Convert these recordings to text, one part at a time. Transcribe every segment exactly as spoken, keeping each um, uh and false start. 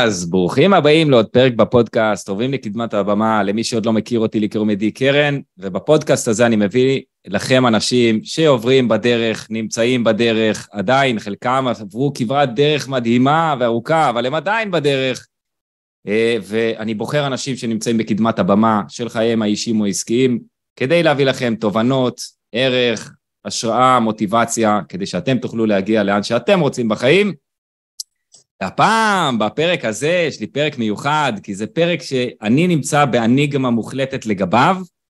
אז ברוכים הבאים לעוד פרק בפודקאסט, עוברים לקדמת הבמה, למי שעוד לא מכיר אותי, לקרוא מדי קרן, ובפודקאסט הזה אני מביא לכם אנשים שעוברים בדרך, נמצאים בדרך, עדיין חלקם עברו כברת דרך מדהימה וארוכה, אבל הם עדיין בדרך, ואני בוחר אנשים שנמצאים בקדמת הבמה של חייהם האישיים או עסקיים, כדי להביא לכם תובנות, ערך, השראה, מוטיבציה, כדי שאתם תוכלו להגיע לאן שאתם רוצים בחיים. הפעם, בפרק הזה, יש לי פרק מיוחד, כי זה פרק שאני נמצא באניגמה מוחלטת לגביו,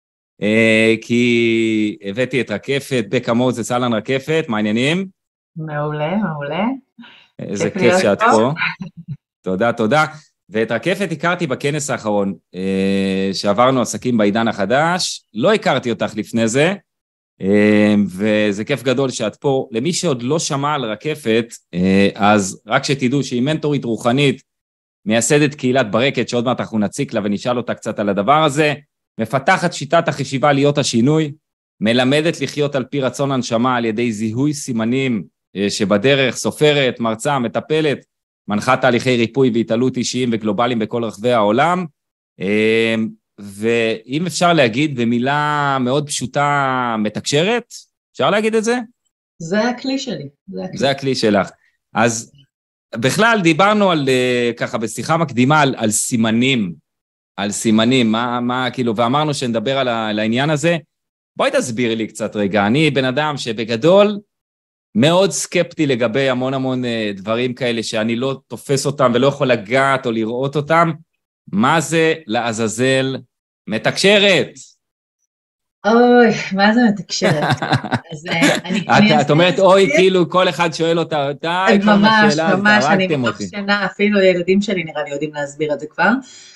כי הבאתי את רקפת, בקה מוזס, אהלן רקפת, מה העניינים? מעולה, מעולה. איזה כיף שאת פה. תודה, תודה. ואת רקפת הכרתי בכנס האחרון, שעברנו עסקים בעידן החדש, לא הכרתי אותך לפני זה, וזה כיף גדול שאת פה. למי שעוד לא שמע על רקפת, אז רק שתדעו שהיא מנטורית רוחנית, מייסדת קהילת ברקת, שעוד מעט אנחנו נציק לה ונשאל אותה קצת על הדבר הזה, מפתחת שיטת החשיבה להיות השינוי, מלמדת לחיות על פי רצון הנשמה על ידי זיהוי סימנים שבדרך, סופרת, מרצה, מטפלת, מנחה תהליכי ריפוי והתעלות אישיים וגלובליים בכל רחבי העולם, ואם אפשר להגיד במילה מאוד פשוטה מתקשרת, אפשר להגיד את זה? זה הכלי שלי. זה הכלי, זה הכלי שלך. אז בכלל דיברנו על, ככה בשיחה מקדימה על, על סימנים, על סימנים, מה, מה כאילו, ואמרנו שנדבר על, ה, על העניין הזה. בואי תסביר לי קצת רגע, אני בן אדם שבגדול מאוד סקפטי לגבי המון המון דברים כאלה שאני לא תופס אותם ולא יכול לגעת או לראות אותם. מה זה לעזאזל מתקשרת? אוי, מה זה מתקשרת? אז אני... את אומרת, אוי, כאילו כל אחד שואל אותה, די, כמה שאלה, ממש, אני מתוך שינה, אפילו הילדים שלי נראה לי יודעים להסביר את זה כבר.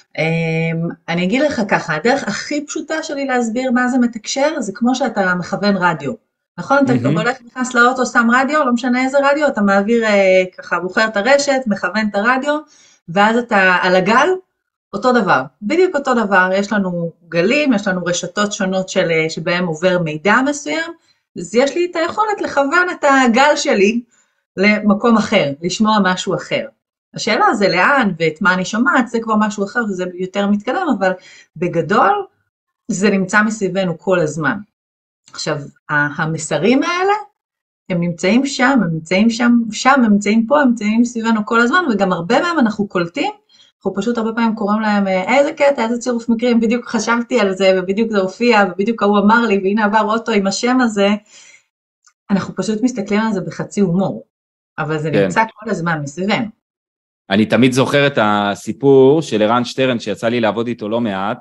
אני אגיד לך ככה, הדרך הכי פשוטה שלי להסביר מה זה מתקשר, זה כמו שאתה מכוון רדיו. נכון? אתה הולך נכנס לאוטו, שם רדיו, לא משנה איזה רדיו, אתה מעביר ככה, בוחר את הרשת, מכוון את הרדיו, ואז אתה על הגל, אותו דבר, בדיוק אותו דבר, יש לנו גלים, יש לנו רשתות שונות של, שבהם עובר מידע מסוים, אז יש לי את היכולת לכוון את הגל שלי למקום אחר, לשמוע משהו אחר. השאלה זה לאן ואת מה אני שומעת, זה כבר משהו אחר, וזה יותר מתקדם, אבל בגדול זה נמצא מסביבנו כל הזמן. עכשיו, המסרים האלה, הם נמצאים שם, הם נמצאים שם, שם, הם נמצאים פה, הם נמצאים סביבנו כל הזמן, וגם הרבה מהם אנחנו קולטים, אנחנו פשוט הרבה פעמים קוראים להם, איזה קטע, איזה צירוף מקרים, בדיוק חשבתי על זה, ובדיוק זה הופיע, ובדיוק הוא אמר לי, והנה עבר אוטו עם השם הזה, אנחנו פשוט מסתכלים על זה בחצי הומור, אבל זה כן. נמצא כל הזמן מסביבנו. אני תמיד זוכר את הסיפור של ערן שטרן, שיצא לי לעבוד איתו לא מעט,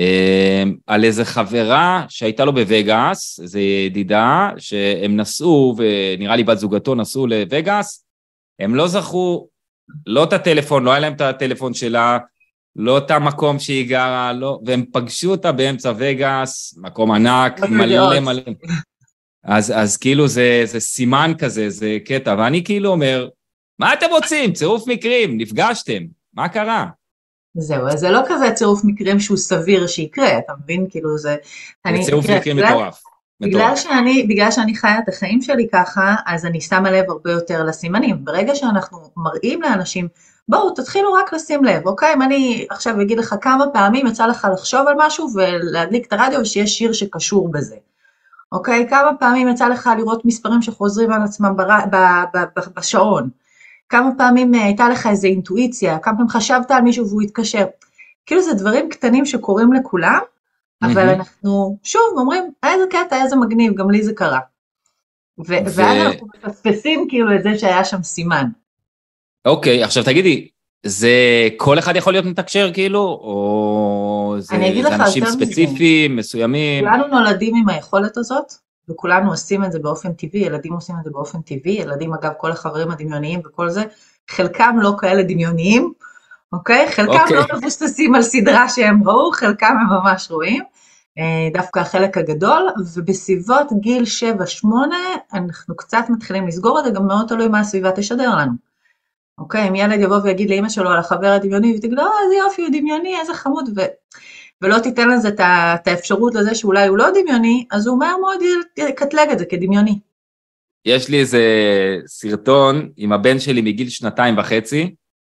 על איזה חברה שהייתה לו בווגאס, איזו ידידה, שהם נסעו, ונראה לי בת זוגתו נסעו לווגאס, הם לא זכו, לא את הטלפון, לא היה להם את הטלפון שלה, לא את המקום שהיא גרה, לא, והם פגשו אותה באמצע וגאס, מקום ענק, מלא מלא. אז, אז כאילו זה, זה סימן כזה, זה קטע, ואני כאילו אומר, מה אתם רוצים? צירוף מקרים, נפגשתם, מה קרה? זהו, אז זה לא כזה צירוף מקרים שהוא סביר שיקרה, אתה מבין? כאילו זה... זה צירוף מקרים מטורף. בגלל שאני, בגלל שאני חיה את החיים שלי ככה, אז אני שמה לב הרבה יותר לסימנים. ברגע שאנחנו מראים לאנשים, בואו, תתחילו רק לשים לב, אוקיי? אם אני עכשיו אגיד לך כמה פעמים יצא לך לחשוב על משהו ולהדליק את הרדיו ושיש שיר שקשור בזה. אוקיי? כמה פעמים יצא לך לראות מספרים שחוזרים על עצמם בר... ב... ב... ב... בשעון. כמה פעמים הייתה לך איזו אינטואיציה, כמה פעמים חשבת על מישהו והוא התקשר. כאילו זה דברים קטנים שקורים לכולם, אבל אנחנו שוב אומרים, איזה קטע, איזה מגניב, גם לי זה קרה. ואז אנחנו מפספסים כאילו את זה שהיה שם סימן. אוקיי, עכשיו תגידי, זה כל אחד יכול להיות מתקשר כאילו, או זה אנשים ספציפיים, מסוימים? כולנו נולדים עם היכולת הזאת, וכולנו עושים את זה באופן טבעי, ילדים עושים את זה באופן טבעי, ילדים אגב כל החברים הדמיוניים וכל זה, חלקם לא כאלה דמיוניים, אוקיי? חלקם לא מבוססים על סדרה שהם ראו, חלקם הם ממש רואים, דווקא החלק הגדול, ובסביבות גיל שבע שמונה, אנחנו קצת מתחילים לסגור את זה, גם מאוד תלוי מה הסביבה תשדר לנו. אוקיי, אם ילד יבוא ויגיד לאמא שלו על החבר הדמיוני, ותגיד לו, איזה יופי, הוא דמיוני, איזה חמוד, ו... ולא תיתן לזה את האפשרות לזה שאולי הוא לא דמיוני, אז הוא אומר מאוד יקטלג את זה כדמיוני. יש לי איזה סרטון עם הבן שלי מגיל שנתיים וחצי,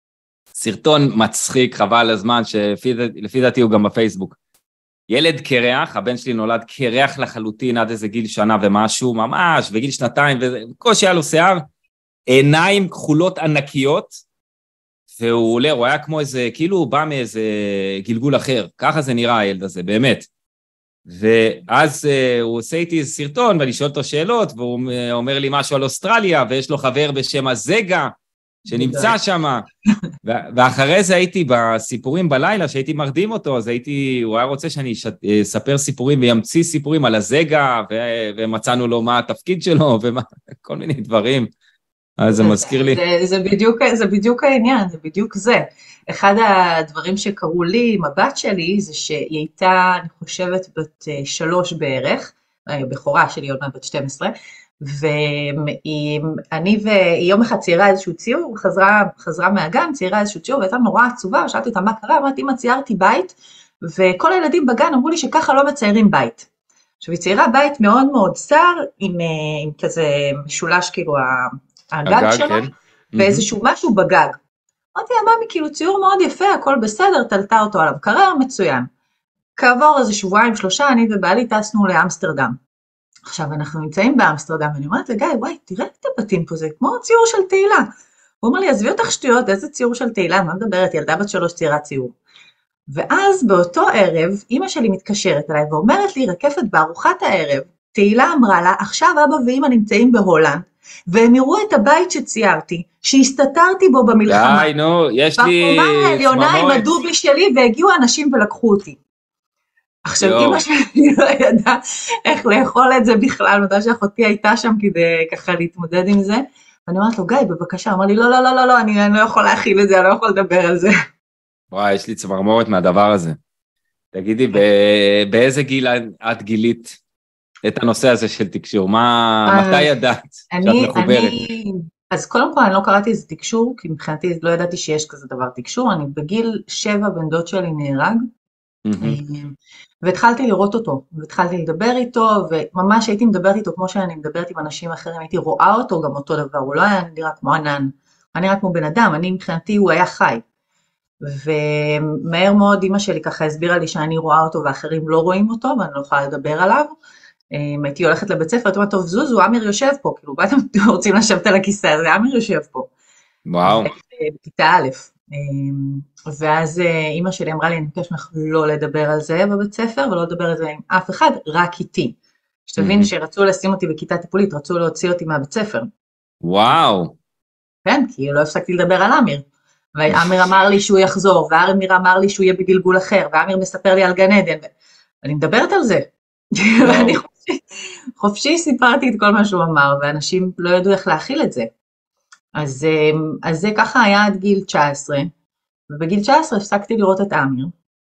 סרטון מצחיק, חבל הזמן, שלפי דעתי הוא גם בפייסבוק. ילד קרח, הבן שלי נולד קרח לחלוטין עד איזה גיל שנה ומשהו, ממש, וגיל שנתיים, ובקושי היה לו שיער, עיניים כחולות ענקיות, והוא עולה, הוא היה כמו איזה, כאילו הוא בא מאיזה גלגול אחר, ככה זה נראה הילד הזה, באמת. ואז uh, הוא עושה איתי סרטון, ואני שואל אותו שאלות, והוא אומר לי משהו על אוסטרליה, ויש לו חבר בשם הזגה, שנמצא שם, ואחרי זה הייתי בסיפורים בלילה, שהייתי מרדים אותו, אז הייתי, הוא היה רוצה שאני אספר סיפורים, וימציא סיפורים על הזגה, ומצאנו לו מה התפקיד שלו, וכל מיני דברים. אז זה מזכיר לי. זה, זה, בדיוק, זה בדיוק העניין, זה בדיוק זה. אחד הדברים שקרו לי עם הבת שלי, זה שהיא הייתה, אני חושבת, בת שלוש בערך, בחורה שלי עוד מעט בת שתים עשרה, ואני ויום אחד ציירה איזשהו ציור, חזרה, חזרה מהגן, ציירה איזשהו ציור, והייתה נורא עצובה, ושאלתי אותה מה קרה, אמרתי, אמא ציירתי בית, וכל הילדים בגן אמרו לי שככה לא מציירים בית. עכשיו, היא ציירה בית מאוד מאוד צר, עם, עם כזה משולש, כאילו, הגג שלו, כן. ואיזשהו משהו בגג. אמרתי, אממי, כאילו ציור מאוד יפה, הכל בסדר, תלתה אותו על המקרר, מצוין. כעבור איזה שבועיים, שלושה, אני ובעלי טסנו לאמסטרדם. עכשיו אנחנו נמצאים באמסטרדם, ואני אומרת לגיא, וואי, תראה את הבתים פה, זה כמו ציור של תהילה. הוא אומר לי, עזבי אותך שטויות, איזה ציור של תהילה, מה מדברת, ילדה בת שלוש ציירה ציור. ואז באותו ערב, אמא שלי מתקשרת אליי, ואומרת לי, רקפת, בארוחת הערב, תהילה אמרה לה, עכשיו אבא ואמא נמצאים בהולנד, והם יראו את הבית שציירתי, שהסתתרתי בו במלחמה. די, נו, יש לי... בקומה העליונה עם הדובי שלי, והגיעו אנשים ולקחו אותי. עכשיו, אמא שלי לא ידעה איך לאכול את זה בכלל, מתי שאחותי הייתה שם כדי ככה להתמודד עם זה, ואני אומרת לו, גיא, בבקשה, אמר לי, לא, לא, לא, לא, לא, אני לא יכול להכיל את זה, אני לא יכול לדבר על זה. וואי, יש לי צמרמורת מהדבר הזה. תגידי, באיזה גיל את גילית את הנושא הזה של תקשור? מתי ידעת שאת מחוברת? אז קודם כל, אני לא קראתי איזה תקשור, כי מבחינתי לא ידעתי שיש כזה דבר תקשור, אני בגיל שבע בן דוד שלי נהרג, והתחלתי לראות אותו, והתחלתי לדבר איתו, וממש הייתי מדברת איתו כמו שאני מדברת עם אנשים אחרים, הייתי רואה אותו גם אותו דבר, הוא לא היה נראה כמו ענן, אני נראה כמו בן אדם, אני מבחינתי הוא היה חי, ומהר מאוד אמא שלי ככה הסבירה לי שאני רואה אותו ואחרים לא רואים אותו, ואני לא יכולה לדבר עליו, הייתי הולכת לבית ספר, אתה אומר, טוב זוזו, אמיר יושב פה, כאילו באתם רוצים לשבת על הכיסא הזה, אמיר יושב פה. וואו. בכיתה א', ואז אמא שלי אמרה לי, אני מבקש ממך לא לדבר על זה בבית ספר, ולא לדבר על זה עם אף אחד, רק איתי. שתבין שרצו לשים אותי בכיתה טיפולית, רצו להוציא אותי מהבית ספר. וואו. כן, כי לא הפסקתי לדבר על אמיר. ואמיר אמר לי שהוא יחזור, ואמיר אמר לי שהוא יהיה בגלגול אחר, ואמיר מספר לי על גן עדן, ואני מדברת על זה. ואני חופשי, חופשי סיפרתי את כל מה שהוא אמר, ואנשים לא ידעו איך להכיל את זה. אז, אז זה ככה היה עד גיל תשע עשרה, ובגיל תשע עשרה הפסקתי לראות את אמיר,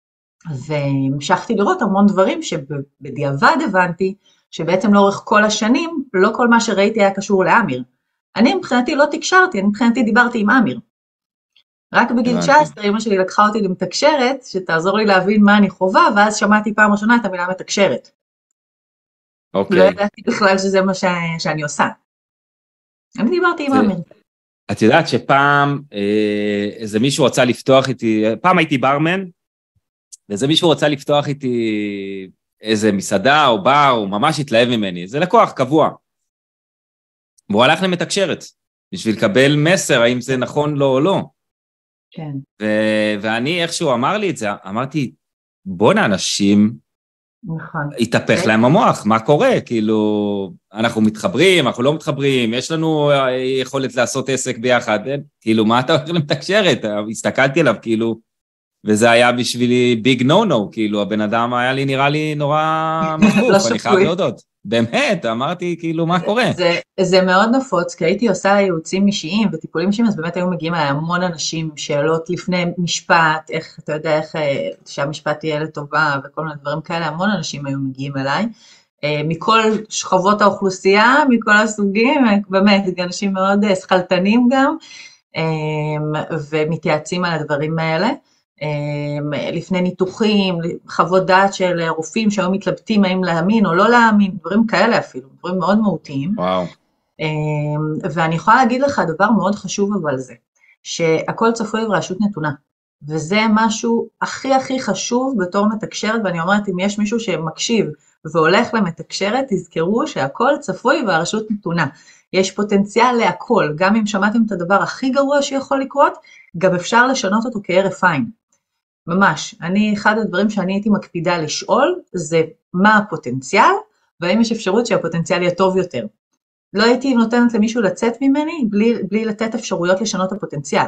והמשכתי לראות המון דברים שבדיעבד הבנתי, שבעצם לאורך כל השנים, לא כל מה שראיתי היה קשור לאמיר. אני מבחינתי לא תקשרתי, אני מבחינתי דיברתי עם אמיר. רק בגיל תשע עשרה אמא שלי לקחה אותי למתקשרת, שתעזור לי להבין מה אני חובה, ואז שמעתי פעם ראשונה את המילה מתקשרת. אוקיי. לא ידעתי בכלל שזה מה ש... שאני עושה. אני דיברתי עם אמיר. את יודעת שפעם איזה מישהו רצה לפתוח איתי, פעם הייתי ברמן, ואיזה מישהו רצה לפתוח איתי איזה מסעדה או בר, הוא ממש התלהב ממני, זה לקוח קבוע. והוא הלך למתקשרת, בשביל לקבל מסר, האם זה נכון לו או לא. כן. ו- ואני איכשהו אמר לי את זה, אמרתי, בוא'נה אנשים, נכון. התהפך להם המוח, מה קורה? כאילו, אנחנו מתחברים, אנחנו לא מתחברים, יש לנו יכולת לעשות עסק ביחד, כאילו, מה אתה הולך למתקשרת? הסתכלתי עליו, כאילו, וזה היה בשבילי ביג נו נו, כאילו, הבן אדם היה לי, נראה לי נורא מחוף, אני חייב להודות. באמת, אמרתי, כאילו, מה קורה? זה, זה מאוד נפוץ, כי הייתי עושה ייעוצים אישיים וטיפולים אישיים, אז באמת היו מגיעים אליי המון אנשים, שאלות לפני משפט, איך, אתה יודע, איך שהמשפט יהיה לטובה, וכל מיני דברים כאלה, המון אנשים היו מגיעים אליי, מכל שכבות האוכלוסייה, מכל הסוגים, באמת, אנשים מאוד שכלתנים גם, ומתייעצים על הדברים האלה, לפני ניתוחים, חוות דעת של רופאים שהיו מתלבטים האם להאמין או לא להאמין, דברים כאלה אפילו, דברים מאוד מהותיים. וואו. ואני יכולה להגיד לך דבר מאוד חשוב אבל זה, שהכל צפוי ורשות נתונה. וזה משהו הכי הכי חשוב בתור מתקשרת, ואני אומרת, אם יש מישהו שמקשיב והולך למתקשרת, תזכרו שהכל צפוי והרשות נתונה. יש פוטנציאל להכל, גם אם שמעתם את הדבר הכי גרוע שיכול לקרות, גם אפשר לשנות אותו כהרף עין. ממש, אני, אחד הדברים שאני הייתי מקפידה לשאול, זה מה הפוטנציאל, והאם יש אפשרות שהפוטנציאל יהיה טוב יותר. לא הייתי נותנת למישהו לצאת ממני, בלי, בלי לתת אפשרויות לשנות הפוטנציאל.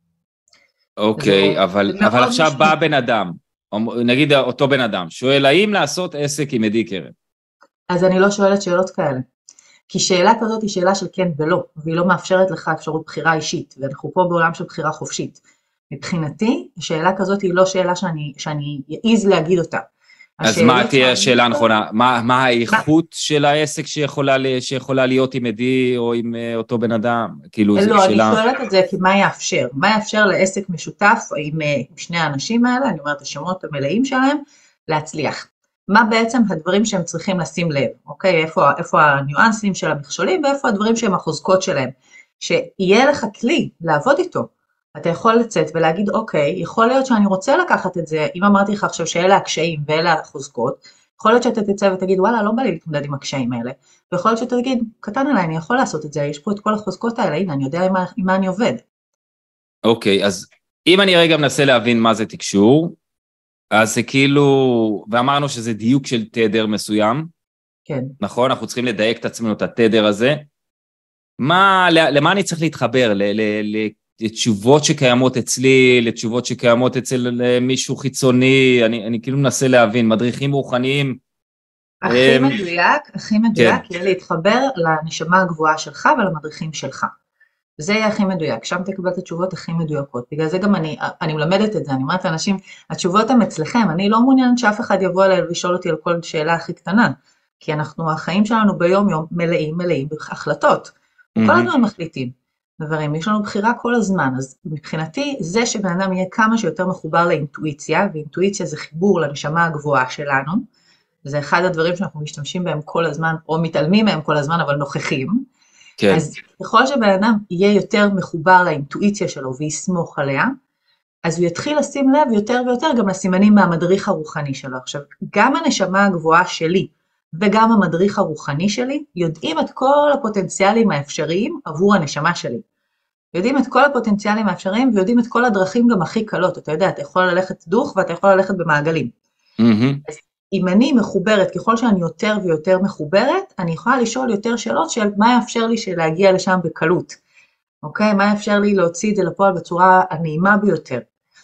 אוקיי, אבל, אבל עכשיו משהו. בא בן אדם, נגיד אותו בן אדם, שואל האם לעשות עסק עם עדי קרן? אז אני לא שואלת שאלות כאלה. כי שאלה כזאת היא שאלה של כן ולא, והיא לא מאפשרת לך אפשרות בחירה אישית, ואנחנו פה בעולם של בחירה חופשית. מבחינתי, שאלה כזאת היא לא שאלה שאני, שאני יעיז להגיד אותה. אז מה תהיה השאלה הנכונה? מה, מה האיכות של העסק שיכולה, שיכולה להיות עם עדי או עם אותו בן אדם? כאילו, לא, אני שואלת את זה כי מה יאפשר? מה יאפשר לעסק משותף עם, עם שני האנשים האלה, אני אומרת השמות המלאים שלהם, להצליח. מה בעצם הדברים שהם צריכים לשים לב, אוקיי? איפה, איפה הניואנסים של המכשולים ואיפה הדברים שהם החוזקות שלהם. שיהיה לך כלי לעבוד איתו. אתה יכול לצאת ולהגיד, אוקיי, יכול להיות שאני רוצה לקחת את זה, אם אמרתי לך עכשיו שאלה הקשיים ואלה החוזקות, יכול להיות שאתה תצא ותגיד, וואלה, לא בא לי להתמודד עם הקשיים האלה, ויכול להיות שאתה תגיד, קטן עליי, אני יכול לעשות את זה, יש פה את כל החוזקות האלה, הנה, אני יודע עם מה, עם מה אני עובד. אוקיי, אז אם אני רגע מנסה להבין מה זה תקשור, אז זה כאילו, ואמרנו שזה דיוק של תדר מסוים, כן. נכון? אנחנו צריכים לדייק את עצמנו את התדר הזה, מה, למה אני צריך להתחבר? ל, ל, ל, לתשובות שקיימות אצלי, לתשובות שקיימות אצל מישהו חיצוני, אני, אני כאילו מנסה להבין, מדריכים רוחניים. הכי מדויק, הכי מדויק, כן. יהיה להתחבר לנשמה הגבוהה שלך ולמדריכים שלך. זה יהיה הכי מדויק, שם תקבל את התשובות הכי מדויקות, בגלל זה גם אני, אני מלמדת את זה, אני אומרת לאנשים, התשובות הן אצלכם, אני לא מעוניינת שאף אחד יבוא אליי ולשאול אותי על כל שאלה הכי קטנה, כי אנחנו, החיים שלנו ביום יום מלאים, מלאים בהחלטות, mm-hmm. כל הזמן מחליטים דברים, יש לנו בחירה כל הזמן, אז מבחינתי זה שבן אדם יהיה כמה שיותר מחובר לאינטואיציה, ואינטואיציה זה חיבור לנשמה הגבוהה שלנו, זה אחד הדברים שאנחנו משתמשים בהם כל הזמן, או מתעלמים מהם כל הזמן, אבל נוכחים, כן. אז ככל שבן אדם יהיה יותר מחובר לאינטואיציה שלו ויסמוך עליה, אז הוא יתחיל לשים לב יותר ויותר גם לסימנים מהמדריך הרוחני שלו. עכשיו, גם הנשמה הגבוהה שלי וגם המדריך הרוחני שלי יודעים את כל הפוטנציאלים האפשריים עבור הנשמה שלי. יודעים את כל הפוטנציאלים האפשריים ויודעים את כל הדרכים גם הכי קלות. אתה יודע, אתה יכול ללכת דוך ואתה יכול ללכת במעגלים. Mm-hmm. אז אם אני מחוברת, ככל שאני יותר ויותר מחוברת, אני יכולה לשאול יותר שאלות של מה יאפשר לי להגיע לשם בקלות. אוקיי? מה יאפשר לי להוציא את זה לפועל בצורה הנעימה ביותר.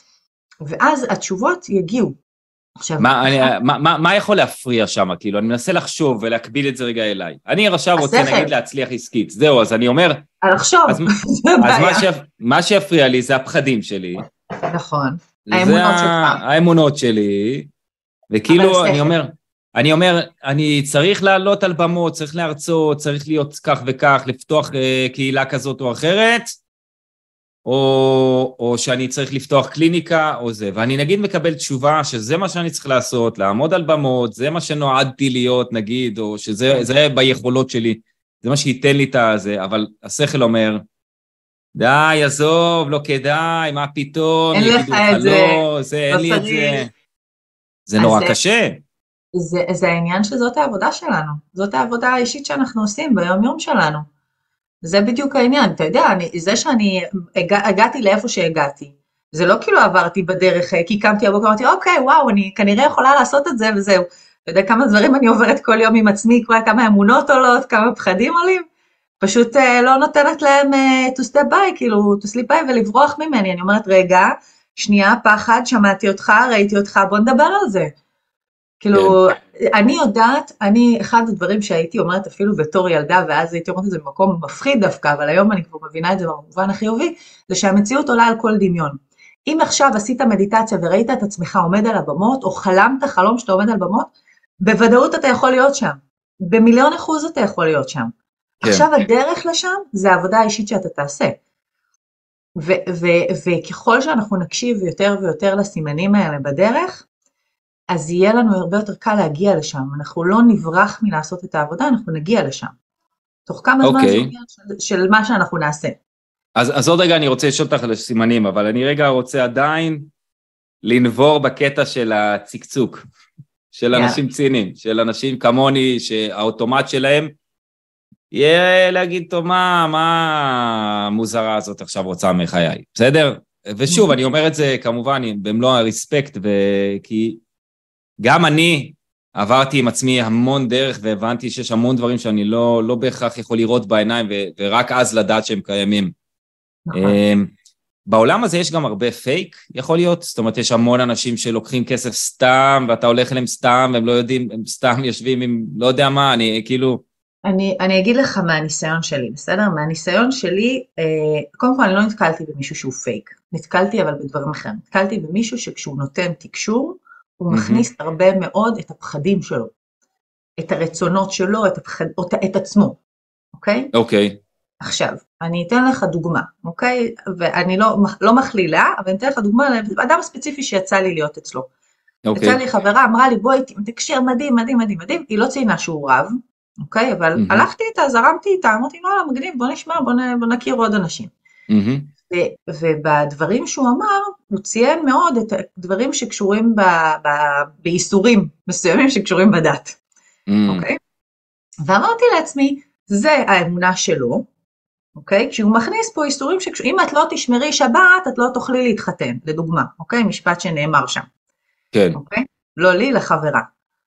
ואז התשובות יגיעו. עכשיו, מה, אני, מה, מה, מה יכול להפריע שם? כאילו, אני מנסה לחשוב ולהקביל את זה רגע אליי. אני עכשיו רוצה נגיד להצליח עסקית. זהו, אז אני אומר... לחשוב, אז, זה אז מה, שיפ, מה שיפריע לי זה הפחדים שלי. נכון. האמונות שלך. האמונות שלי. וכאילו, אני אומר, אני אומר, אני צריך לעלות על במות, צריך להרצות, צריך להיות כך וכך, לפתוח קהילה כזאת או אחרת, או, או שאני צריך לפתוח קליניקה או זה, ואני נגיד מקבל תשובה שזה מה שאני צריך לעשות, לעמוד על במות, זה מה שנועדתי להיות נגיד, או שזה זה ביכולות שלי, זה מה שייתן לי את הזה, אבל השכל אומר, די, עזוב, לא כדאי, מה פתאום, אין לך את זה, לא, זה, אין לי את זה. זה נורא זה, קשה. זה, זה העניין שזאת העבודה שלנו, זאת העבודה האישית שאנחנו עושים ביום יום שלנו. זה בדיוק העניין, אתה יודע, אני, זה שאני הגע, הגעתי לאיפה שהגעתי, זה לא כאילו עברתי בדרך, כי קמתי הבוקר, אמרתי, אוקיי, וואו, אני כנראה יכולה לעשות את זה וזהו. אתה יודע כמה דברים אני עוברת כל יום עם עצמי, כמה אמונות עולות, כמה פחדים עולים, פשוט uh, לא נותנת להם uh, to step by, כאילו, to sleep by ולברוח ממני. אני אומרת, רגע, שנייה, פחד, שמעתי אותך, ראיתי אותך, בוא נדבר על זה. כאילו, אני יודעת, אני, אחד הדברים שהייתי אומרת אפילו בתור ילדה, ואז הייתי אומרת את זה במקום מפחיד דווקא, אבל היום אני כבר מבינה את זה במובן החיובי, זה שהמציאות עולה על כל דמיון. אם עכשיו עשית מדיטציה וראית את עצמך עומד על הבמות, או חלמת חלום שאתה עומד על במות, בוודאות אתה יכול להיות שם. במיליון אחוז אתה יכול להיות שם. כן. עכשיו הדרך לשם, זה העבודה האישית שאתה תעשה. ו- ו- וככל שאנחנו נקשיב יותר ויותר לסימנים האלה בדרך, אז יהיה לנו הרבה יותר קל להגיע לשם. אנחנו לא נברח מלעשות את העבודה, אנחנו נגיע לשם. תוך כמה זמן זה של, של מה שאנחנו נעשה. אז, אז עוד רגע אני רוצה לשאול אותך על הסימנים, אבל אני רגע רוצה עדיין לנבור בקטע של הצקצוק, של אנשים yeah. ציניים, של אנשים כמוני, שהאוטומט שלהם יהיה להגיד, טוב, מה, מה המוזרה הזאת עכשיו רוצה מחיי, בסדר? ושוב, אני אומר את זה כמובן במלוא הרספקט, כי גם אני עברתי עם עצמי המון דרך, והבנתי שיש המון דברים שאני לא, לא בהכרח יכול לראות בעיניים, ורק אז לדעת שהם קיימים. בעולם הזה יש גם הרבה פייק, יכול להיות, זאת אומרת, יש המון אנשים שלוקחים כסף סתם, ואתה הולך אליהם סתם, והם לא יודעים, הם סתם יושבים עם, לא יודע מה, אני כאילו... אני, אני אגיד לך מהניסיון שלי, בסדר? מהניסיון שלי, אה, קודם כל אני לא נתקלתי במישהו שהוא פייק, נתקלתי אבל בדברים אחרים, נתקלתי במישהו שכשהוא נותן תקשור, הוא מכניס הרבה מאוד את הפחדים שלו, את הרצונות שלו, את, הפחד, את עצמו, אוקיי? אוקיי. עכשיו, אני אתן לך דוגמה, אוקיי? ואני לא, לא מכלילה, אבל אני אתן לך דוגמה לאדם ספציפי שיצא לי להיות אצלו. אוקיי. יצא לי חברה, אמרה לי, בואי, תקשר מדהים, מדהים, מדהים, מדהים, היא לא ציינה שהוא רב, אוקיי? אבל mm-hmm. הלכתי איתה, זרמתי איתה, אמרתי, לא, מגניב, בוא נשמע, בוא, נ, בוא נכיר עוד אנשים. Mm-hmm. ו, ובדברים שהוא אמר, הוא ציין מאוד את הדברים שקשורים ב, ב, באיסורים מסוימים שקשורים בדת, mm-hmm. אוקיי? ואמרתי לעצמי, זה האמונה שלו, אוקיי? כשהוא מכניס פה איסורים שקשורים, אם את לא תשמרי שבת, את לא תוכלי להתחתן, לדוגמה, אוקיי? משפט שנאמר שם. כן. אוקיי? לא לי, לחברה.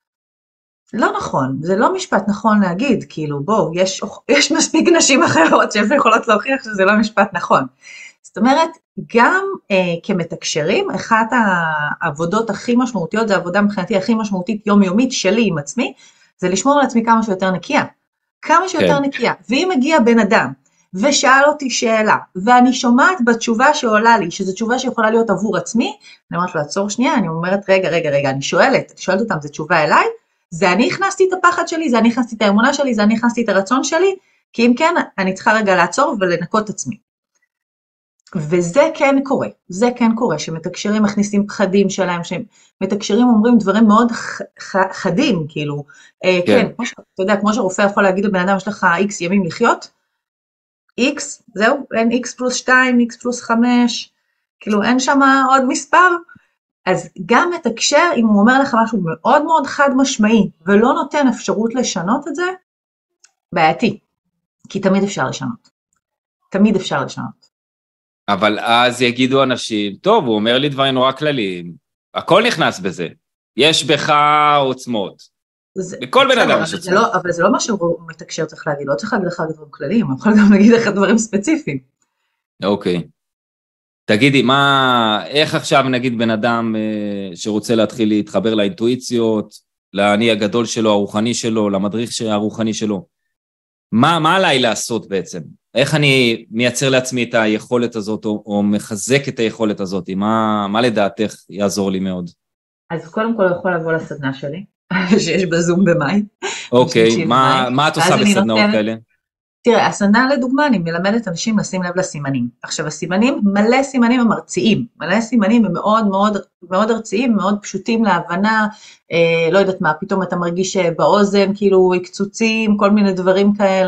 לא נכון, זה לא משפט נכון להגיד, כאילו בואו, יש, יש מספיק נשים אחרות שיכולות להוכיח שזה לא משפט נכון. זאת אומרת, גם אה, כמתקשרים, אחת העבודות הכי משמעותיות, זה העבודה מבחינתי הכי משמעותית יומיומית שלי עם עצמי, זה לשמור על עצמי כמה שיותר נקייה. כמה שיותר כן. נקייה. ואם מגיע בן אדם, ושאל אותי שאלה, ואני שומעת בתשובה שעולה לי, שזו תשובה שיכולה להיות עבור עצמי, אני אומרת לו, עצור שנייה, אני אומרת, רגע, רגע, רגע, אני שואלת, אני שואלת אותם, זו תשובה אליי? זה אני הכנסתי את הפחד שלי, זה אני הכנסתי את האמונה שלי, זה אני הכנסתי את הרצון שלי, כי אם כן, אני צריכה רגע לעצור ולנקות את עצמי. וזה כן קורה, זה כן קורה, שמתקשרים מכניסים פחדים שלהם, שמתקשרים אומרים דברים מאוד חדים, כאילו, כן, כן כמו ש, אתה יודע, כמו שרופא יכול להגיד לבן אדם, יש לך X ימים לחיות, X, זהו, אין X פלוס שתיים, X פלוס חמש, כאילו אין שם עוד מספר, אז גם מתקשר, אם הוא אומר לך משהו מאוד מאוד חד משמעי, ולא נותן אפשרות לשנות את זה, בעייתי, כי תמיד אפשר לשנות, תמיד אפשר לשנות. אבל אז יגידו אנשים, טוב, הוא אומר לי דברים נורא כלליים, הכל נכנס בזה, יש בך עוצמות, זה, בכל בן אדם יש עוצמות. לא, אבל זה לא מה שהוא מתקשר צריך להגיד, לא צריך להגיד לך דברים כלליים, הוא יכול גם להגיד לך דברים ספציפיים. אוקיי. תגידי, מה, איך עכשיו נגיד בן אדם אה, שרוצה להתחיל להתחבר לאינטואיציות, לעני הגדול שלו, הרוחני שלו, למדריך הרוחני שלו, מה, מה עליי לעשות בעצם? איך אני מייצר לעצמי את היכולת הזאת, או, או מחזק את היכולת הזאת? מה, מה לדעתך יעזור לי מאוד? אז קודם כל הוא יכול לבוא לסדנה שלי, שיש בזום במאי. אוקיי, מה, מה את עושה בסדנאות כאלה? תראה, הסדנה לדוגמה, אני מלמדת אנשים לשים לב לסימנים. עכשיו, הסימנים, מלא סימנים הם ארציים, מלא סימנים הם מאוד מאוד, מאוד ארציים, מאוד פשוטים להבנה, אה, לא יודעת מה, פתאום אתה מרגיש באוזן, כאילו, קצוצים, כל מיני דברים כאלה.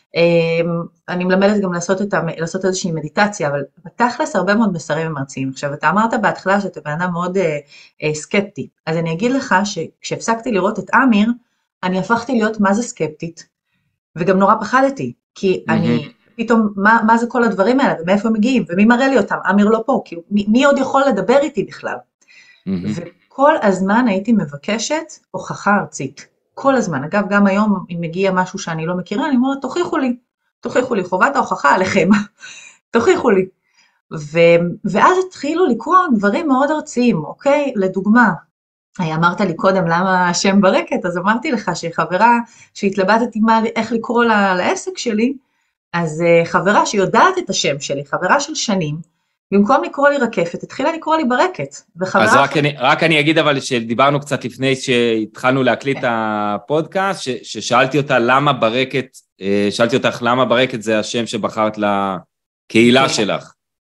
אה, אני מלמדת גם לעשות, את, לעשות איזושהי מדיטציה, אבל בתכלס הרבה מאוד מסרים הם ארציים. עכשיו, אתה אמרת בהתחלה שאתה בן אדם מאוד אה, אה, סקפטי, אז אני אגיד לך שכשהפסקתי לראות את אמיר, אני הפכתי להיות מה זה סקפטית, וגם נורא פחדתי, כי mm-hmm. אני, פתאום, מה, מה זה כל הדברים האלה, ומאיפה מגיעים, ומי מראה לי אותם, אמיר לא פה, כאילו, מי, מי עוד יכול לדבר איתי בכלל? Mm-hmm. וכל הזמן הייתי מבקשת הוכחה ארצית, כל הזמן, אגב, גם היום, אם מגיע משהו שאני לא מכירה, אני אומרת, תוכיחו לי, תוכיחו לי, חובת ההוכחה עליכם, תוכיחו לי. ו, ואז התחילו לקרוא דברים מאוד ארציים, אוקיי? לדוגמה, אמרת לי קודם למה השם ברקת, אז אמרתי לך שחברה שהתלבטתי מה, איך לקרוא לה, לעסק שלי, אז חברה שיודעת את השם שלי, חברה של שנים, במקום לקרוא לי רקפת, התחילה לקרוא לי ברקת. אז רק, ש... אני, רק אני אגיד אבל שדיברנו קצת לפני שהתחלנו להקליט okay. הפודקאסט, ש, ששאלתי אותה למה ברקת, שאלתי אותך למה ברקת זה השם שבחרת לקהילה okay. שלך.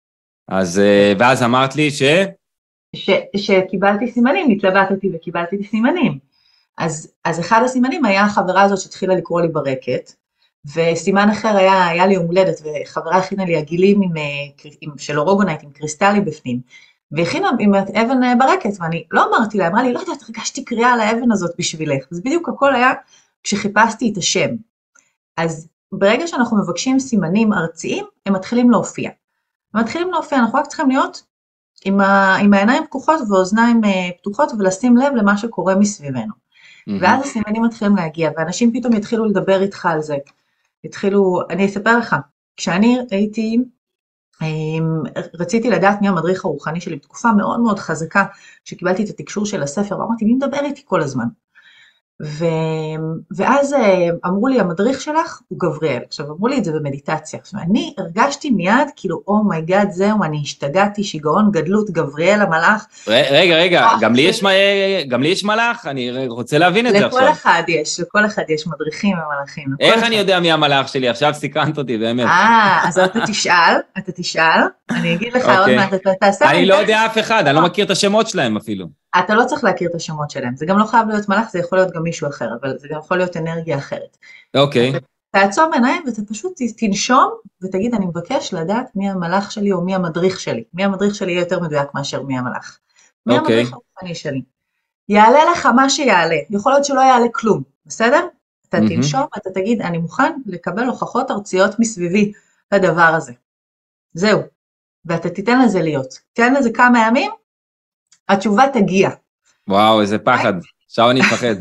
אז, ואז אמרת לי ש... ש, שקיבלתי סימנים, התלבטתי וקיבלתי סימנים. אז, אז אחד הסימנים היה החברה הזאת שהתחילה לקרוא לי ברקת, וסימן אחר היה, היה לי יום הולדת, וחברה הכינה לי עגילים עם, עם, של אורוגונייט, עם קריסטלי בפנים, והכינה עם אבן ברקת, ואני לא אמרתי לה, אמרה לי, לא יודעת, הרגשתי קריאה על האבן הזאת בשבילך, אז בדיוק הכל היה כשחיפשתי את השם. אז ברגע שאנחנו מבקשים סימנים ארציים, הם מתחילים להופיע. הם מתחילים להופיע, אנחנו רק צריכים להיות עם, ה, עם העיניים פתוחות ואוזניים פתוחות, ולשים לב למה שקורה מסביבנו. Mm-hmm. ואז הסימנים מתחילים להגיע, ואנשים פתאום יתחילו לדבר איתך על זה. התחילו, אני אספר לך, כשאני הייתי, רציתי לדעת מי המדריך הרוחני שלי, בתקופה מאוד מאוד חזקה, שקיבלתי את התקשור של הספר, ואמרתי, מי מדבר איתי כל הזמן? ו... ואז אמרו לי, המדריך שלך הוא גבריאל. עכשיו, אמרו לי את זה במדיטציה. עכשיו, אני הרגשתי מיד, כאילו, אומייגאד, זהו, אני השתגעתי, שיגעון, גדלות, גבריאל, המלאך. רגע, רגע, גם לי יש, גם לי יש מלאך? אני רוצה להבין את זה עכשיו. לכל אחד יש, לכל אחד יש מדריכים ומלאכים. איך אני יודע מי המלאך שלי? עכשיו סיכנת אותי, באמת. אה, אז אתה תשאל, אתה תשאל, אני אגיד לך עוד מעט, אתה תעשה... אני לא יודע אף אחד, אני לא מכיר את השמות שלהם אפילו. אתה לא צריך להכיר את השמות שלהם, זה גם לא חייב להיות מלאך, זה יכול להיות גם מישהו אחר, אבל זה גם יכול להיות אנרגיה אחרת. אוקיי. תעצום עיניים ואתה פשוט תנשום ותגיד, אני מבקש לדעת מי המלאך שלי או מי המדריך שלי. מי המדריך שלי יהיה יותר מדויק מאשר מי המלאך. מי המדריך הרוחני שלי. יעלה לך מה שיעלה, יכול להיות שלא יעלה כלום, בסדר? אתה תנשום ואתה תגיד, אני מוכן לקבל הוכחות ארציות מסביבי לדבר הזה. זהו. ואתה תיתן לזה להיות. תיתן לזה כמה ימים, התשובה תגיע. וואו, איזה פחד. עכשיו אני מפחד.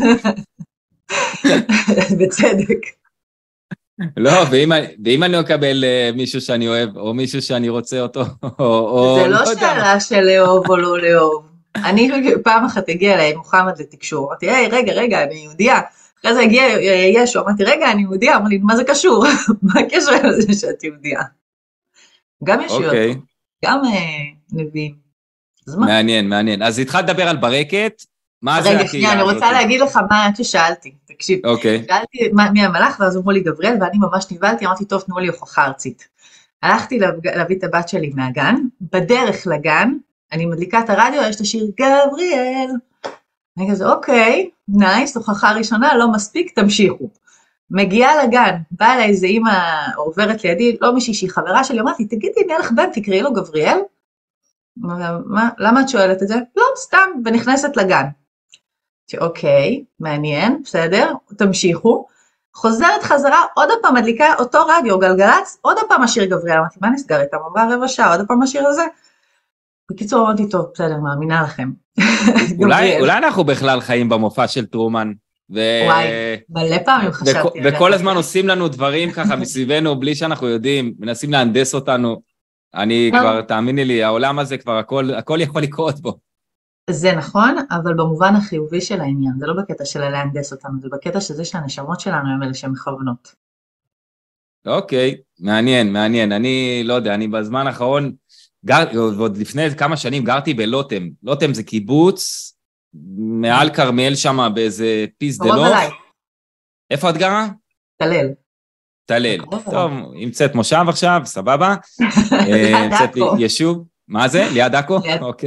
בצדק. לא, ואם אני אקבל מישהו שאני אוהב, או מישהו שאני רוצה אותו, או... זה לא שאלה של לאהוב או לא לאהוב. אני פעם אחת הגיעה אליי מוחמד לתקשור, אמרתי, היי, רגע, רגע, אני יהודיה. אחרי זה הגיע ישו, אמרתי, רגע, אני יהודיה. אמר לי, מה זה קשור? מה הקשר לזה שאת יהודיה? גם ישויות, גם נביאים. מעניין, מעניין. אז התחלת לדבר על ברקת, מה זה הקהילה? רגע, שנייה, אני רוצה להגיד לך מה ששאלתי, תקשיב. שאלתי מי המלאך, ואז אמרו לי גבריאל, ואני ממש נבלתי, אמרתי, טוב, תנו לי הוכחה ארצית. הלכתי להביא את הבת שלי מהגן, בדרך לגן, אני מדליקה את הרדיו, יש את השיר גבריאל. אני כזה, אוקיי, נייס, הוכחה ראשונה, לא מספיק, תמשיכו. מגיעה לגן, באה אליי איזה אמא עוברת לידי, לא מישהי שהיא חברה שלי, אמרתי, תגידי, אם יהיה לך בן, תקראי לו גבריאל? מה, למה את שואלת את זה? לא, סתם, ונכנסת לגן. אוקיי, מעניין, בסדר, תמשיכו. חוזרת חזרה, עוד פעם מדליקה אותו רדיו, גלגלץ, עוד פעם השיר גבריאל, אמרתי, מה נסגר איתם? עבר רבע שעה, עוד פעם השיר הזה. בקיצור, אמרתי, טוב, בסדר, מאמינה לכם. אולי, אולי אנחנו בכלל חיים במופע של טרומן. וואי, מלא פעמים חשבתי. וכל הזמן עושים לנו דברים ככה מסביבנו, בלי שאנחנו יודעים, מנסים להנדס אותנו. אני כבר, תאמיני לי, העולם הזה כבר הכל, הכל יכול לקרות בו. זה נכון, אבל במובן החיובי של העניין, זה לא בקטע של להנדס אותנו, זה בקטע שזה שהנשמות שלנו הם אלה שמכוונות. אוקיי, מעניין, מעניין. אני לא יודע, אני בזמן האחרון, גר, ועוד לפני כמה שנים גרתי בלוטם. לוטם זה קיבוץ, מעל כרמיאל שם באיזה פיס דלוף. איפה את גרה? תלל. תלל. טוב, ימצאת מושב עכשיו, סבבה. ימצאת יישוב. מה זה? ליד עכו? אוקיי.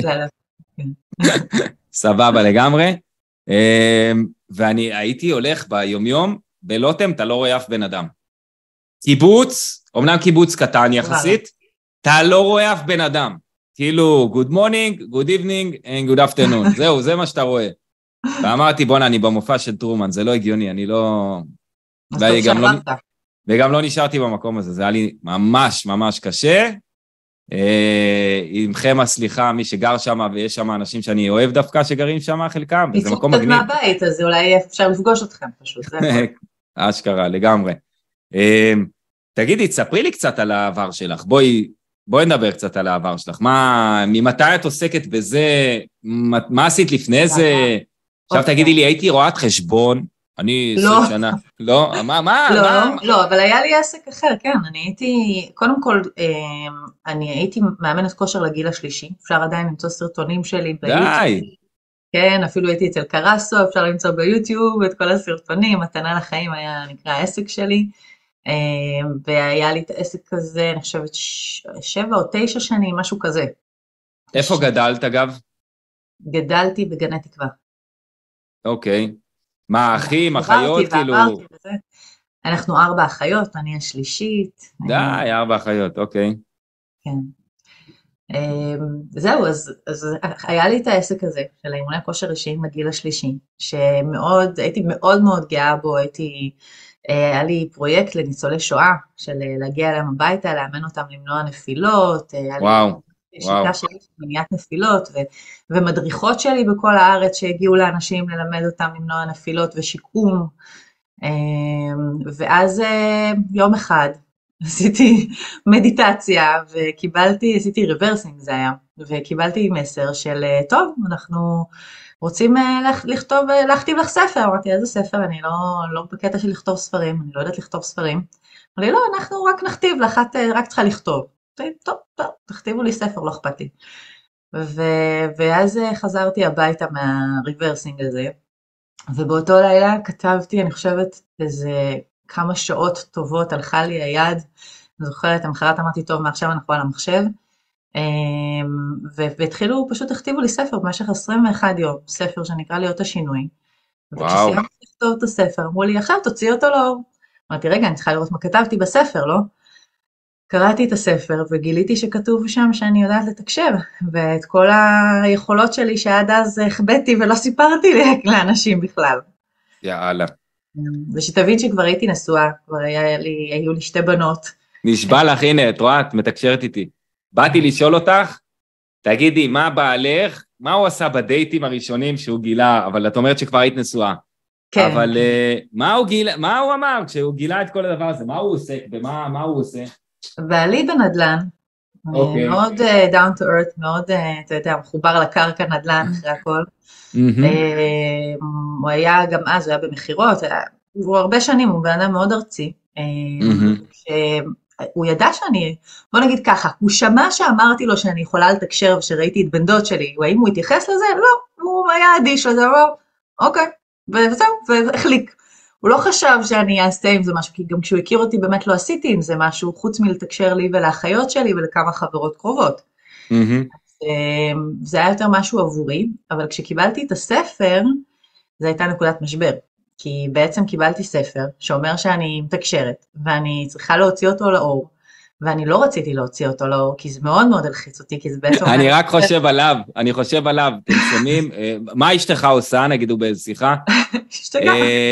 סבבה לגמרי. ואני הייתי הולך ביומיום, בלוטם אתה לא רואה אף בן אדם. קיבוץ, אמנם קיבוץ קטן יחסית, אתה לא רואה אף בן אדם. כאילו, good morning, good evening, and good afternoon. זהו, זה מה שאתה רואה. ואמרתי, בוא'נה, אני במופע של טרומן, זה לא הגיוני, אני לא... וגם לא נשארתי במקום הזה, זה היה לי ממש ממש קשה. עמכם הסליחה, מי שגר שם, ויש שם אנשים שאני אוהב דווקא שגרים שם, חלקם, וזה מקום מגניב. ניצור קצת מהבית, אז אולי אפשר לפגוש אתכם פשוט. אשכרה, לגמרי. תגידי, תספרי לי קצת על העבר שלך, בואי, בואי נדבר קצת על העבר שלך, מה, ממתי את עוסקת בזה, מה עשית לפני זה? עכשיו תגידי לי, הייתי רואת חשבון, אני עשרים שנה, לא, מה, מה? לא, לא, אבל היה לי עסק אחר, כן, אני הייתי, קודם כל, אני הייתי מאמנת כושר לגיל השלישי, אפשר עדיין למצוא סרטונים שלי ביוטיוב. די. כן, אפילו הייתי אצל קרסו, אפשר למצוא ביוטיוב את כל הסרטונים, מתנה לחיים היה נקרא העסק שלי, והיה לי את העסק הזה, אני חושבת, שבע או תשע שנים, משהו כזה. איפה גדלת אגב? גדלתי בגני תקווה. אוקיי. מה, אחים, אחיות, כאילו? אנחנו ארבע אחיות, אני השלישית. די, ארבע אחיות, אוקיי. כן. זהו, אז, אז היה לי את העסק הזה של אימוני כושר אישיים לגיל השלישי, שמאוד, הייתי מאוד מאוד גאה בו, הייתי, היה לי פרויקט לניצולי שואה, של להגיע אליהם הביתה, לאמן אותם למנוע נפילות, וואו, שיטה וואו. שלי של מניעת נפילות, ו, ומדריכות שלי בכל הארץ שהגיעו לאנשים ללמד אותם למנוע נפילות ושיקום, ואז יום אחד, עשיתי מדיטציה וקיבלתי, עשיתי ריברסינג זה היה, וקיבלתי מסר של, טוב, אנחנו רוצים לכתוב, להכתיב לך ספר, אמרתי, איזה ספר? אני לא, לא בקטע של לכתוב ספרים, אני לא יודעת לכתוב ספרים. אמרתי, לא, אנחנו רק נכתיב לך, את רק צריכה לכתוב. טוב, טוב, תכתיבו לי ספר, לא אכפת לי. ו- ואז חזרתי הביתה מהריברסינג הזה, ובאותו לילה כתבתי, אני חושבת, איזה כמה שעות טובות, הלכה לי היד, אני זוכרת, המחרת אמרתי, טוב, מעכשיו אנחנו על המחשב, והתחילו, פשוט הכתיבו לי ספר במשך עשרים ואחד יום, ספר שנקרא להיות השינוי, וכשסיימתי לכתוב את הספר, אמרו לי, עכשיו תוציא אותו לאור, אמרתי, רגע, אני צריכה לראות מה כתבתי בספר, לא? קראתי את הספר וגיליתי שכתוב שם שאני יודעת לתקשר, ואת כל היכולות שלי שעד אז החבאתי ולא סיפרתי לאנשים בכלל. יאללה. ושתבין שכבר הייתי נשואה, כבר היה לי, היו לי שתי בנות. נשבע לך, הנה, את רואה, את מתקשרת איתי. באתי לשאול אותך, תגידי, מה בעלך, מה הוא עשה בדייטים הראשונים שהוא גילה, אבל את אומרת שכבר היית נשואה. כן. אבל מה הוא גילה, מה הוא אמר כשהוא גילה את כל הדבר הזה? מה הוא עושה? במה, מה הוא עושה? בעלי בנדלן, okay. מאוד uh, down to earth, מאוד, uh, אתה יודע, מחובר לקרקע נדלן אחרי הכל. Mm-hmm. Uh, הוא היה גם אז, הוא היה במחירות, הוא הרבה שנים, הוא בן אדם מאוד ארצי. Mm-hmm. הוא ידע שאני, בוא נגיד ככה, הוא שמע שאמרתי לו שאני יכולה לתקשר ושראיתי את בן דוד שלי, האם הוא התייחס לזה? לא, הוא היה אדיש לזה, הוא אוקיי, וזהו, והחליק. הוא לא חשב שאני אעשה עם זה משהו, כי גם כשהוא הכיר אותי באמת לא עשיתי עם זה משהו, חוץ מלתקשר לי ולאחיות שלי ולכמה חברות קרובות. Mm-hmm. זה היה יותר משהו עבורי, אבל כשקיבלתי את הספר, זה הייתה נקודת משבר. כי בעצם קיבלתי ספר שאומר שאני מתקשרת, ואני צריכה להוציא אותו לאור, ואני לא רציתי להוציא אותו לאור, כי זה מאוד מאוד הלחיץ אותי, כי זה בעצם... אני רק חושב עליו, אני חושב עליו, אתם שומעים, מה אשתך עושה, נגידו באיזו שיחה? אשתך.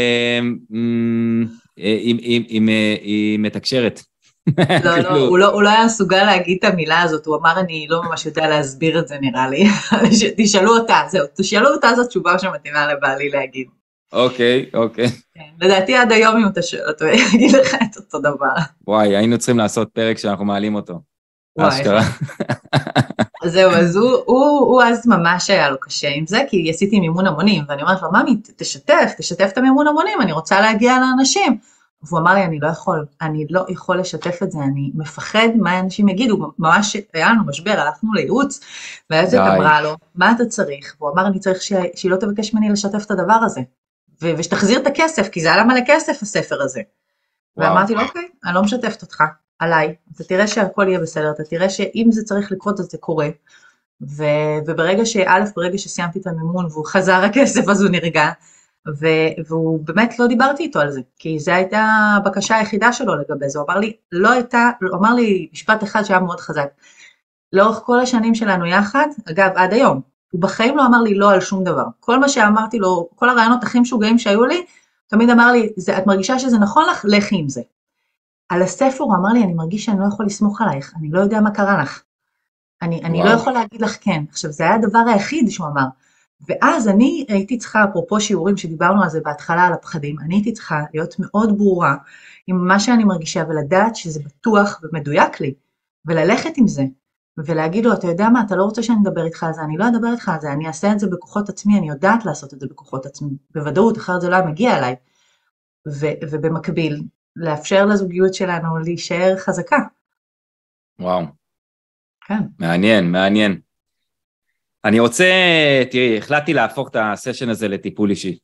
היא מתקשרת. לא, לא, הוא לא היה מסוגל להגיד את המילה הזאת, הוא אמר, אני לא ממש יודע להסביר את זה נראה לי, תשאלו אותה, זהו, תשאלו אותה, זאת תשובה שמתאימה לבעלי להגיד. אוקיי, אוקיי. לדעתי עד היום אם אתה שואל אותו, יגיד לך את אותו דבר. וואי, היינו צריכים לעשות פרק שאנחנו מעלים אותו. אשכרה. זהו, אז הוא אז ממש היה לו קשה עם זה, כי עשיתי מימון המונים, ואני אומרת לו, ממי, תשתף, תשתף את המימון המונים, אני רוצה להגיע לאנשים. והוא אמר לי, אני לא יכול, אני לא יכול לשתף את זה, אני מפחד מה אנשים יגידו, ממש היה לנו משבר, הלכנו לייעוץ, והיועצת אמרה לו, מה אתה צריך? והוא אמר, אני צריך שהיא לא תבקש ממני לשתף את הדבר הזה. ושתחזיר את הכסף, כי זה עלה מלא כסף הספר הזה. ואמרתי לו, אוקיי, אני לא משתפת אותך, עליי, אתה תראה שהכל יהיה בסדר, אתה תראה שאם זה צריך לקרות, אז זה קורה. וברגע שא', ברגע שסיימתי את המימון, והוא חזר הכסף, אז הוא נרגע, והוא באמת לא דיברתי איתו על זה, כי זו הייתה הבקשה היחידה שלו לגבי זה, הוא אמר לי, לא הייתה, הוא אמר לי משפט אחד שהיה מאוד חזק, לאורך כל השנים שלנו יחד, אגב, עד היום, הוא בחיים לא אמר לי לא על שום דבר. כל מה שאמרתי לו, כל הרעיונות הכי משוגעים שהיו לי, תמיד אמר לי, זה, את מרגישה שזה נכון לך, לכי עם זה. על הספר הוא אמר לי, אני מרגיש שאני לא יכול לסמוך עלייך, אני לא יודע מה קרה לך. אני, אני לא יכול להגיד לך כן. עכשיו, זה היה הדבר היחיד שהוא אמר. ואז אני הייתי צריכה, אפרופו שיעורים שדיברנו על זה בהתחלה על הפחדים, אני הייתי צריכה להיות מאוד ברורה עם מה שאני מרגישה, ולדעת שזה בטוח ומדויק לי, וללכת עם זה. ולהגיד לו, אתה יודע מה, אתה לא רוצה שאני אדבר איתך על זה, אני לא אדבר איתך על זה, אני אעשה את זה בכוחות עצמי, אני יודעת לעשות את זה בכוחות עצמי, בוודאות, אחרת זה לא מגיע אליי. ו- ובמקביל, לאפשר לזוגיות שלנו להישאר חזקה. וואו. כן. מעניין, מעניין. אני רוצה, תראי, החלטתי להפוך את הסשן הזה לטיפול אישי.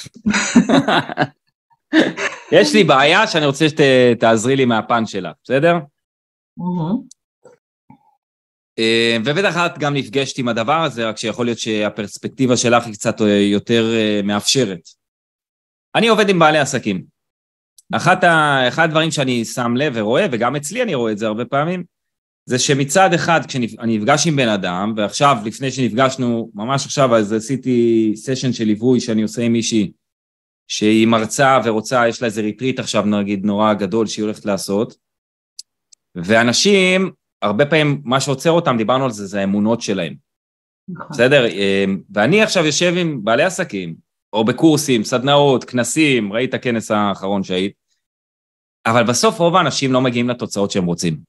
יש לי בעיה שאני רוצה שתעזרי לי מהפן שלה, בסדר? אהה. ובטח את גם נפגשת עם הדבר הזה, רק שיכול להיות שהפרספקטיבה שלך היא קצת יותר מאפשרת. אני עובד עם בעלי עסקים, אחת ה... אחד הדברים שאני שם לב ורואה, וגם אצלי אני רואה את זה הרבה פעמים, זה שמצד אחד, כשאני נפגש עם בן אדם, ועכשיו, לפני שנפגשנו, ממש עכשיו, אז עשיתי סשן של ליווי שאני עושה עם מישהי, שהיא מרצה ורוצה, יש לה איזה ריטריט עכשיו, נגיד, נורא גדול שהיא הולכת לעשות, ואנשים, הרבה פעמים, מה שעוצר אותם, דיברנו על זה, זה האמונות שלהם. בסדר? ואני עכשיו יושב עם בעלי עסקים, או בקורסים, סדנאות, כנסים, ראית הכנס האחרון שהיית, אבל בסוף רוב האנשים לא מגיעים לתוצאות שהם רוצים.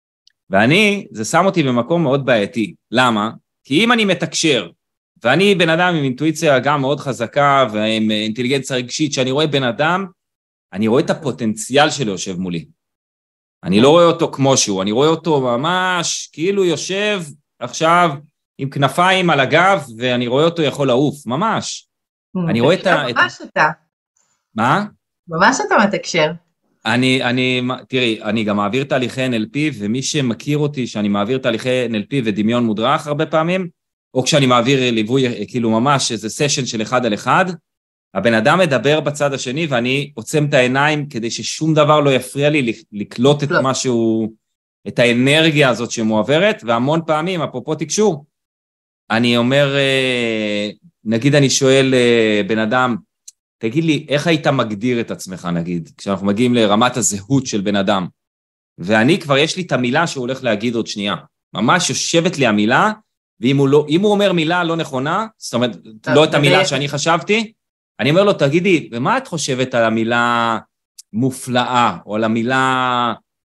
ואני, זה שם אותי במקום מאוד בעייתי. למה? כי אם אני מתקשר, ואני בן אדם עם אינטואיציה גם מאוד חזקה, ועם אינטליגנציה רגשית, שאני רואה בן אדם, אני רואה את הפוטנציאל שלו יושב מולי. אני לא רואה אותו כמו שהוא, אני רואה אותו ממש, כאילו יושב עכשיו עם כנפיים על הגב, ואני רואה אותו יכול לעוף, ממש. אני רואה את ה... ממש אתה. מה? ממש אתה מתקשר. אני, אני, תראי, אני גם מעביר תהליכי אן אל פי, ומי שמכיר אותי שאני מעביר תהליכי אן אל פי ודמיון מודרך הרבה פעמים, או כשאני מעביר ליווי, כאילו ממש איזה סשן של אחד על אחד, הבן אדם מדבר בצד השני, ואני עוצם את העיניים כדי ששום דבר לא יפריע לי לקלוט את משהו, את האנרגיה הזאת שמועברת, והמון פעמים, אפרופו תקשור, אני אומר, נגיד אני שואל בן אדם, תגיד לי, איך היית מגדיר את עצמך, נגיד, כשאנחנו מגיעים לרמת הזהות של בן אדם, ואני כבר יש לי את המילה שהוא הולך להגיד עוד שנייה, ממש יושבת לי המילה, ואם הוא, לא, אם הוא אומר מילה לא נכונה, זאת אומרת, לא את המילה שאני חשבתי, אני אומר לו, תגידי, ומה את חושבת על המילה מופלאה, או על המילה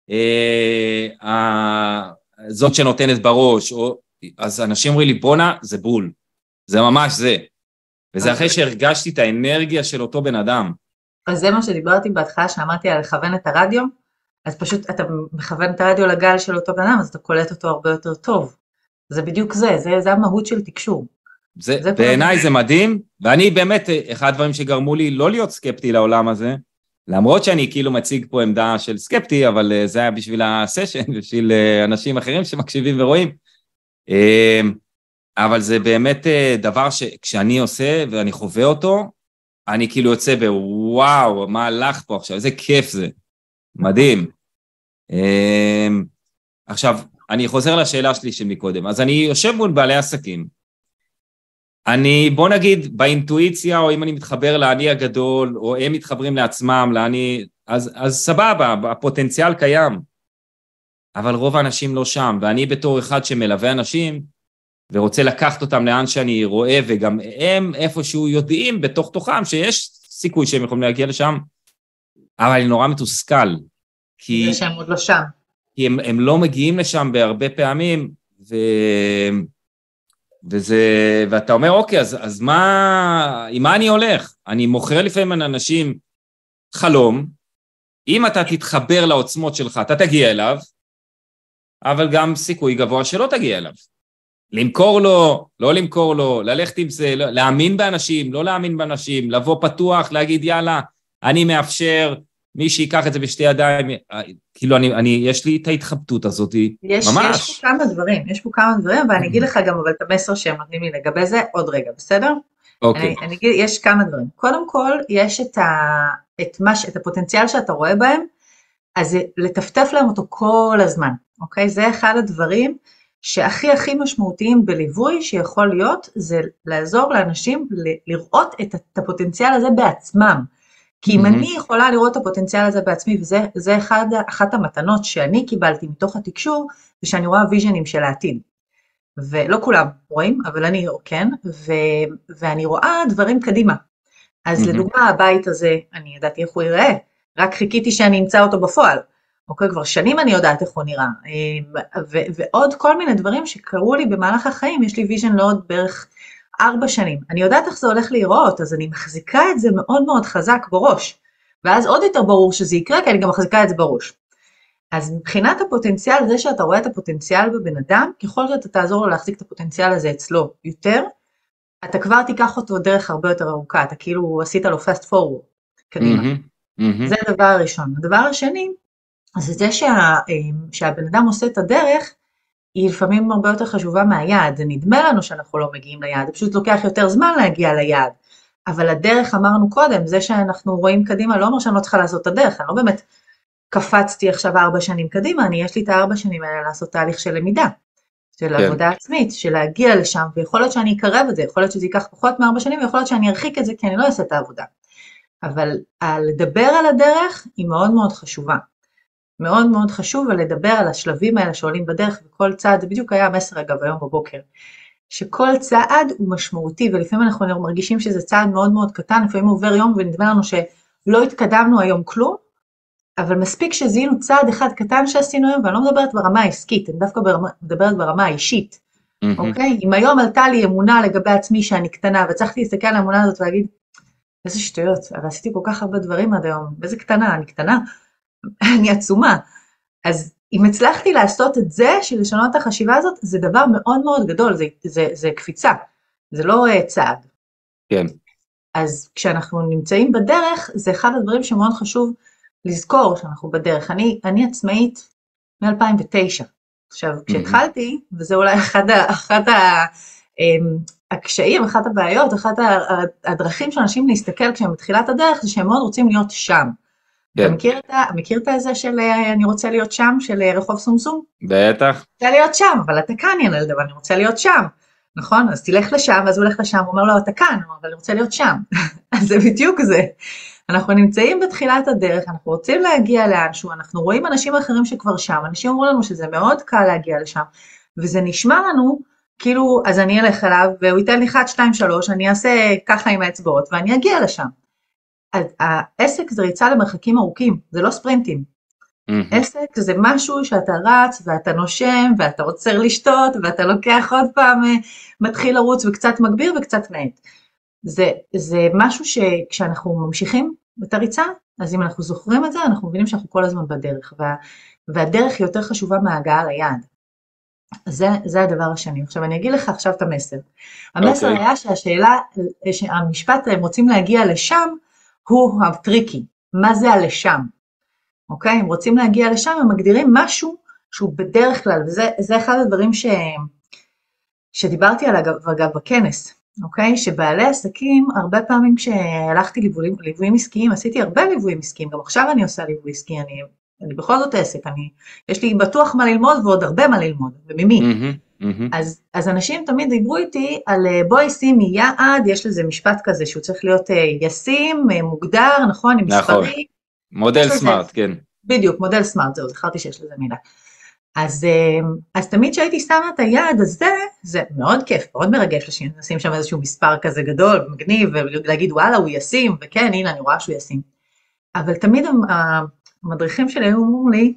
אה, אה, זאת שנותנת בראש, או, אז אנשים אומרים לי, בונה, זה בול, זה ממש זה. וזה אחרי שהרגשתי את האנרגיה של אותו בן אדם. אז זה מה שדיברתי בהתחלה, שאמרתי על לכוון את הרדיו, אז פשוט אתה מכוון את הרדיו לגל של אותו בן אדם, אז אתה קולט אותו הרבה יותר טוב. זה בדיוק זה, זה, זה המהות של תקשור. זה, זה בעיניי זה מדהים, ואני באמת, אחד הדברים שגרמו לי לא להיות סקפטי לעולם הזה, למרות שאני כאילו מציג פה עמדה של סקפטי, אבל זה היה בשביל הסשן, בשביל אנשים אחרים שמקשיבים ורואים, אבל זה באמת דבר שכשאני עושה ואני חווה אותו, אני כאילו יוצא בוואו, מה הלך פה עכשיו, איזה כיף זה, מדהים. עכשיו, אני חוזר לשאלה שלי שמקודם, אז אני יושב מול בעלי עסקים, אני, בוא נגיד, באינטואיציה, או אם אני מתחבר לאני הגדול, או הם מתחברים לעצמם, לאני, אז, אז סבבה, הפוטנציאל קיים, אבל רוב האנשים לא שם, ואני בתור אחד שמלווה אנשים, ורוצה לקחת אותם לאן שאני רואה, וגם הם איפשהו יודעים בתוך תוכם, שיש סיכוי שהם יכולים להגיע לשם, אבל אני נורא מתוסכל, כי... זה שהם עוד לא שם. כי הם, הם לא מגיעים לשם בהרבה פעמים, ו... וזה, ואתה אומר, אוקיי, אז, אז מה, עם מה אני הולך? אני מוכר לפעמים על אנשים חלום, אם אתה תתחבר לעוצמות שלך, אתה תגיע אליו, אבל גם סיכוי גבוה שלא תגיע אליו. למכור לו, לא למכור לו, ללכת עם זה, להאמין באנשים, לא להאמין באנשים, לבוא פתוח, להגיד, יאללה, אני מאפשר, מי שיקח את זה בשתי ידיים, כאילו, אני, אני, יש לי את ההתחבטות הזאת, יש, ממש. יש פה כמה דברים, יש פה כמה דברים, ואני אגיד לך גם, אבל את המסר שהם נותנים לי לגבי זה, עוד רגע, בסדר? אוקיי. אני, אני אגיד, יש כמה דברים. קודם כל, יש את, ה, את, מה, את הפוטנציאל שאתה רואה בהם, אז לטפטף להם אותו כל הזמן, אוקיי? זה אחד הדברים שהכי הכי משמעותיים בליווי שיכול להיות, זה לעזור לאנשים לראות את, את הפוטנציאל הזה בעצמם. כי אם אני יכולה לראות את הפוטנציאל הזה בעצמי, וזה אחד, אחת המתנות שאני קיבלתי מתוך התקשור, זה שאני רואה ויז'נים של העתיד. ולא כולם רואים, אבל אני כן, ו, ואני רואה דברים קדימה. אז mm-hmm. לדוגמה, הבית הזה, אני ידעתי איך הוא ייראה, רק חיכיתי שאני אמצא אותו בפועל. אוקיי, כבר שנים אני יודעת איך הוא נראה. ו, ועוד כל מיני דברים שקרו לי במהלך החיים, יש לי ויז'ן לעוד בערך ארבע שנים. אני יודעת איך זה הולך להיראות, אז אני מחזיקה את זה מאוד מאוד חזק בראש. ואז עוד יותר ברור שזה יקרה, כי אני גם מחזיקה את זה בראש. אז מבחינת הפוטנציאל, זה שאתה רואה את הפוטנציאל בבן אדם, ככל שאתה תעזור לו להחזיק את הפוטנציאל הזה אצלו יותר, אתה כבר תיקח אותו דרך הרבה יותר ארוכה, אתה כאילו עשית לו fast forward, קדימה. Mm-hmm, mm-hmm. זה הדבר הראשון. הדבר השני, זה זה שה, שהבן אדם עושה את הדרך, היא לפעמים הרבה יותר חשובה מהיעד, זה נדמה לנו שאנחנו לא מגיעים ליעד, זה פשוט לוקח יותר זמן להגיע ליעד, אבל הדרך אמרנו קודם, זה שאנחנו רואים קדימה, לא אומר שאני לא צריכה לעשות את הדרך, אני לא באמת קפצתי עכשיו ארבע שנים קדימה, אני יש לי את הארבע שנים האלה לעשות תהליך של למידה, של כן. עבודה עצמית, של להגיע לשם, ויכול להיות שאני אקרב את זה, יכול להיות שזה ייקח פחות מארבע שנים, ויכול להיות שאני ארחיק את זה, כי אני לא אעשה את העבודה. אבל לדבר על הדרך היא מאוד מאוד חשובה. מאוד מאוד חשוב לדבר על השלבים האלה שעולים בדרך, וכל צעד, זה בדיוק היה המסר אגב היום בבוקר, שכל צעד הוא משמעותי, ולפעמים אנחנו מרגישים שזה צעד מאוד מאוד קטן, לפעמים עובר יום ונדמה לנו שלא התקדמנו היום כלום, אבל מספיק שזיהינו צעד אחד קטן שעשינו היום, ואני לא מדברת ברמה העסקית, אני דווקא ברמה, מדברת ברמה האישית, mm-hmm. אוקיי? אם היום עלתה לי אמונה לגבי עצמי שאני קטנה, וצריך להסתכל על האמונה הזאת ולהגיד, איזה שטויות, אבל עשיתי כל כך הרבה דברים עד היום, איזה קטנה, אני קטנה, אני עצומה. אז אם הצלחתי לעשות את זה, של לשנות את החשיבה הזאת, זה דבר מאוד מאוד גדול, זה, זה, זה קפיצה, זה לא uh, צעד. כן. אז כשאנחנו נמצאים בדרך, זה אחד הדברים שמאוד חשוב לזכור שאנחנו בדרך. אני, אני עצמאית מ-אלפיים ותשע. עכשיו, כשהתחלתי, וזה אולי אחד, אחד ה, הקשיים, אחת הבעיות, אחת הדרכים של אנשים להסתכל כשהם מתחילת הדרך, זה שהם מאוד רוצים להיות שם. אתה מכיר את, מכיר את זה של אני רוצה להיות שם, של רחוב סומסום? בטח. רוצה להיות שם, אבל אתה כאן ילד, אבל אני רוצה להיות שם. נכון? אז תלך לשם, אז הוא הולך לשם, הוא אומר לו, אתה כאן, אבל אני רוצה להיות שם. אז זה בדיוק זה. אנחנו נמצאים בתחילת הדרך, אנחנו רוצים להגיע לאנשהו, אנחנו רואים אנשים אחרים שכבר שם, אנשים אומרים לנו שזה מאוד קל להגיע לשם, וזה נשמע לנו, כאילו, אז אני אלך אליו, והוא ייתן לי אחת, שתיים, שלוש, אני אעשה ככה עם האצבעות, ואני אגיע לשם. העסק זה ריצה למרחקים ארוכים, זה לא ספרינטים. Mm-hmm. עסק זה משהו שאתה רץ, ואתה נושם, ואתה עוצר לשתות, ואתה לוקח עוד פעם, מתחיל לרוץ, וקצת מגביר, וקצת מעט. זה, זה משהו שכשאנחנו ממשיכים את הריצה, אז אם אנחנו זוכרים את זה, אנחנו מבינים שאנחנו כל הזמן בדרך, וה, והדרך היא יותר חשובה מההגעה ליעד. זה, זה הדבר השני. עכשיו אני אגיד לך עכשיו את המסר. המסר okay. היה שהשאלה, שהמשפט הם רוצים להגיע לשם, הוא הטריקי. מה זה הלשם? אוקיי? הם רוצים להגיע לשם, הם מגדירים משהו שהוא בדרך כלל, וזה זה אחד הדברים ש, שדיברתי עליו אגב בכנס. אוקיי? שבעלי עסקים, הרבה פעמים כשהלכתי ליוויים, ליוויים עסקיים, עשיתי הרבה ליוויים עסקיים, גם עכשיו אני עושה ליווי עסקי, אני, אני בכל זאת עסק, אני, יש לי בטוח מה ללמוד ועוד הרבה מה ללמוד, וממי. Mm-hmm, mm-hmm. אז, אז אנשים תמיד דיברו איתי על בואי שימי יעד, יש לזה משפט כזה שהוא צריך להיות ישים, מוגדר, נכון, עם נכון. מספרי. מודל סמארט, כן. בדיוק, מודל סמארט, זהו, זכרתי שיש לזה מילה. אז, אז תמיד שהייתי שמה את היעד הזה, זה מאוד כיף, מאוד מרגש לשים שם איזשהו מספר כזה גדול, מגניב, ולהגיד וואלה הוא ישים, וכן הנה אני רואה שהוא ישים. אבל תמיד המדריכים שלי היו אומרים לי,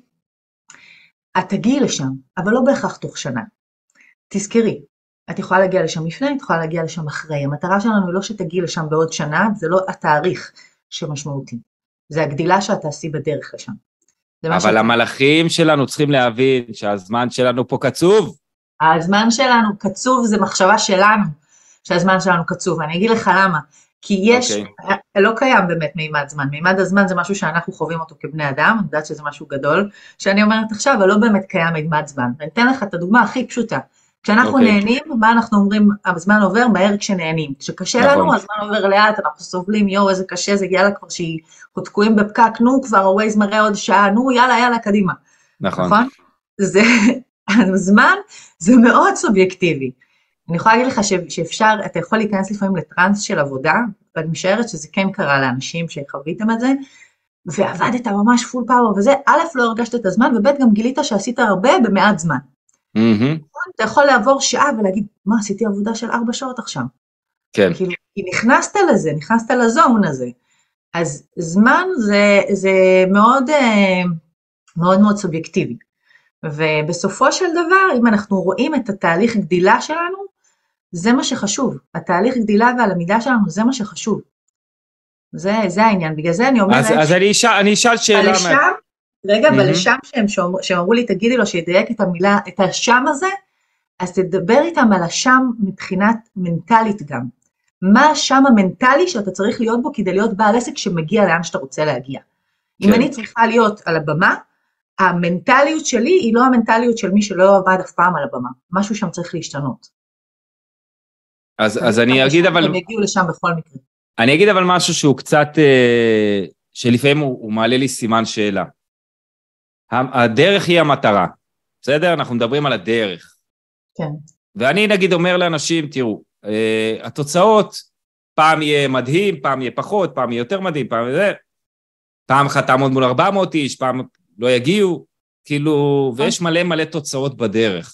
את תגיעי לשם, אבל לא בהכרח תוך שנה. תזכרי, את יכולה להגיע לשם לפני, את יכולה להגיע לשם אחרי. המטרה שלנו היא לא שתגיעי לשם בעוד שנה, זה לא התאריך שמשמעותי. זה הגדילה שאת תעשי בדרך לשם. אבל המלאכים שלנו צריכים להבין שהזמן שלנו פה קצוב. הזמן שלנו קצוב, זה מחשבה שלנו, שהזמן שלנו קצוב, ואני אגיד לך למה, כי יש, okay. לא קיים באמת מימד זמן, מימד הזמן זה משהו שאנחנו חווים אותו כבני אדם, אני יודעת שזה משהו גדול, שאני אומרת עכשיו, אבל לא באמת קיים מימד זמן, ואני אתן לך את הדוגמה הכי פשוטה, כשאנחנו okay. נהנים, מה אנחנו אומרים, הזמן עובר מהר כשנהנים, כשקשה נכון. לנו, הזמן עובר לאט, אנחנו סובלים, יו, איזה קשה, זה יאללה כבר שהיא, תקועים בפקק, נו כבר, הווייז מראה עוד שעה, נו יאללה יאללה קדימה, נכון, נכון? זה, הזמן זה מאוד סובייקטיבי, אני יכולה להגיד לך שאפשר, אתה יכול להיכנס לפעמים לטרנס של עבודה, ואני משערת שזה כן קרה לאנשים שחוויתם את זה, ועבדת ממש פול פאוור, וזה, א' לא הרגשת את הזמן, וב' גם גילית שעשית הרבה במעט זמן. אתה יכול לעבור שעה ולהגיד, מה, עשיתי עבודה של ארבע שעות עכשיו. כן. כאילו, כי נכנסת לזה, נכנסת לזון הזה. אז זמן זה, זה מאוד, מאוד מאוד סובייקטיבי. ובסופו של דבר, אם אנחנו רואים את התהליך גדילה שלנו, זה מה שחשוב. התהליך גדילה והלמידה שלנו, זה מה שחשוב. זה, זה העניין. בגלל זה אני אומרת... אז, אז אני אשאל, אני אשאל שאלה... לשם, מה... רגע, אבל לשם שהם, שהם אמרו לי, תגידי לו שידייק את המילה, את השם הזה, אז תדבר איתם על השם מבחינת מנטלית גם. מה השם המנטלי שאתה צריך להיות בו, כדי להיות בעל עסק שמגיע לאן שאתה רוצה להגיע. כן. אם אני צריכה להיות על הבמה, המנטליות שלי היא לא המנטליות של מי שלא עבד אף פעם על הבמה. משהו שם צריך להשתנות. אז, אז אני אגיד אבל... הם יגיעו לשם בכל מקרה. אני אגיד אבל משהו שהוא קצת, שלפעמים הוא, הוא מעלה לי סימן שאלה. הדרך היא המטרה, בסדר? אנחנו מדברים על הדרך. כן. ואני נגיד אומר לאנשים, תראו, התוצאות, פעם יהיה מדהים, פעם יהיה פחות, פעם יהיה יותר מדהים, פעם יהיה זה, פעם אחת תעמוד מול ארבע מאות איש, פעם לא יגיעו, כאילו, ויש מלא מלא תוצאות בדרך.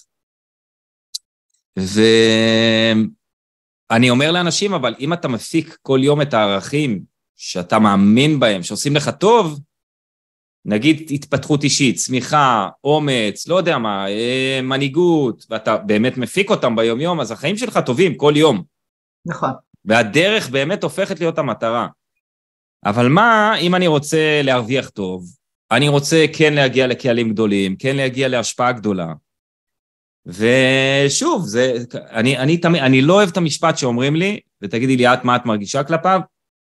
ואני אומר לאנשים, אבל אם אתה מפיק כל יום את הערכים שאתה מאמין בהם, שעושים לך טוב, נגיד התפתחות אישית, צמיחה, אומץ, לא יודע מה, מנהיגות, ואתה באמת מפיק אותם ביום יום, אז החיים שלך טובים כל יום. נכון. והדרך באמת הופכת להיות המטרה. אבל מה, אם אני רוצה להרוויח טוב, אני רוצה כן להגיע לקהלים גדולים, כן להגיע להשפעה גדולה, ושוב, זה, אני, אני, אני, אני לא אוהב את המשפט שאומרים לי, ותגידי לי, את מה את מרגישה כלפיו,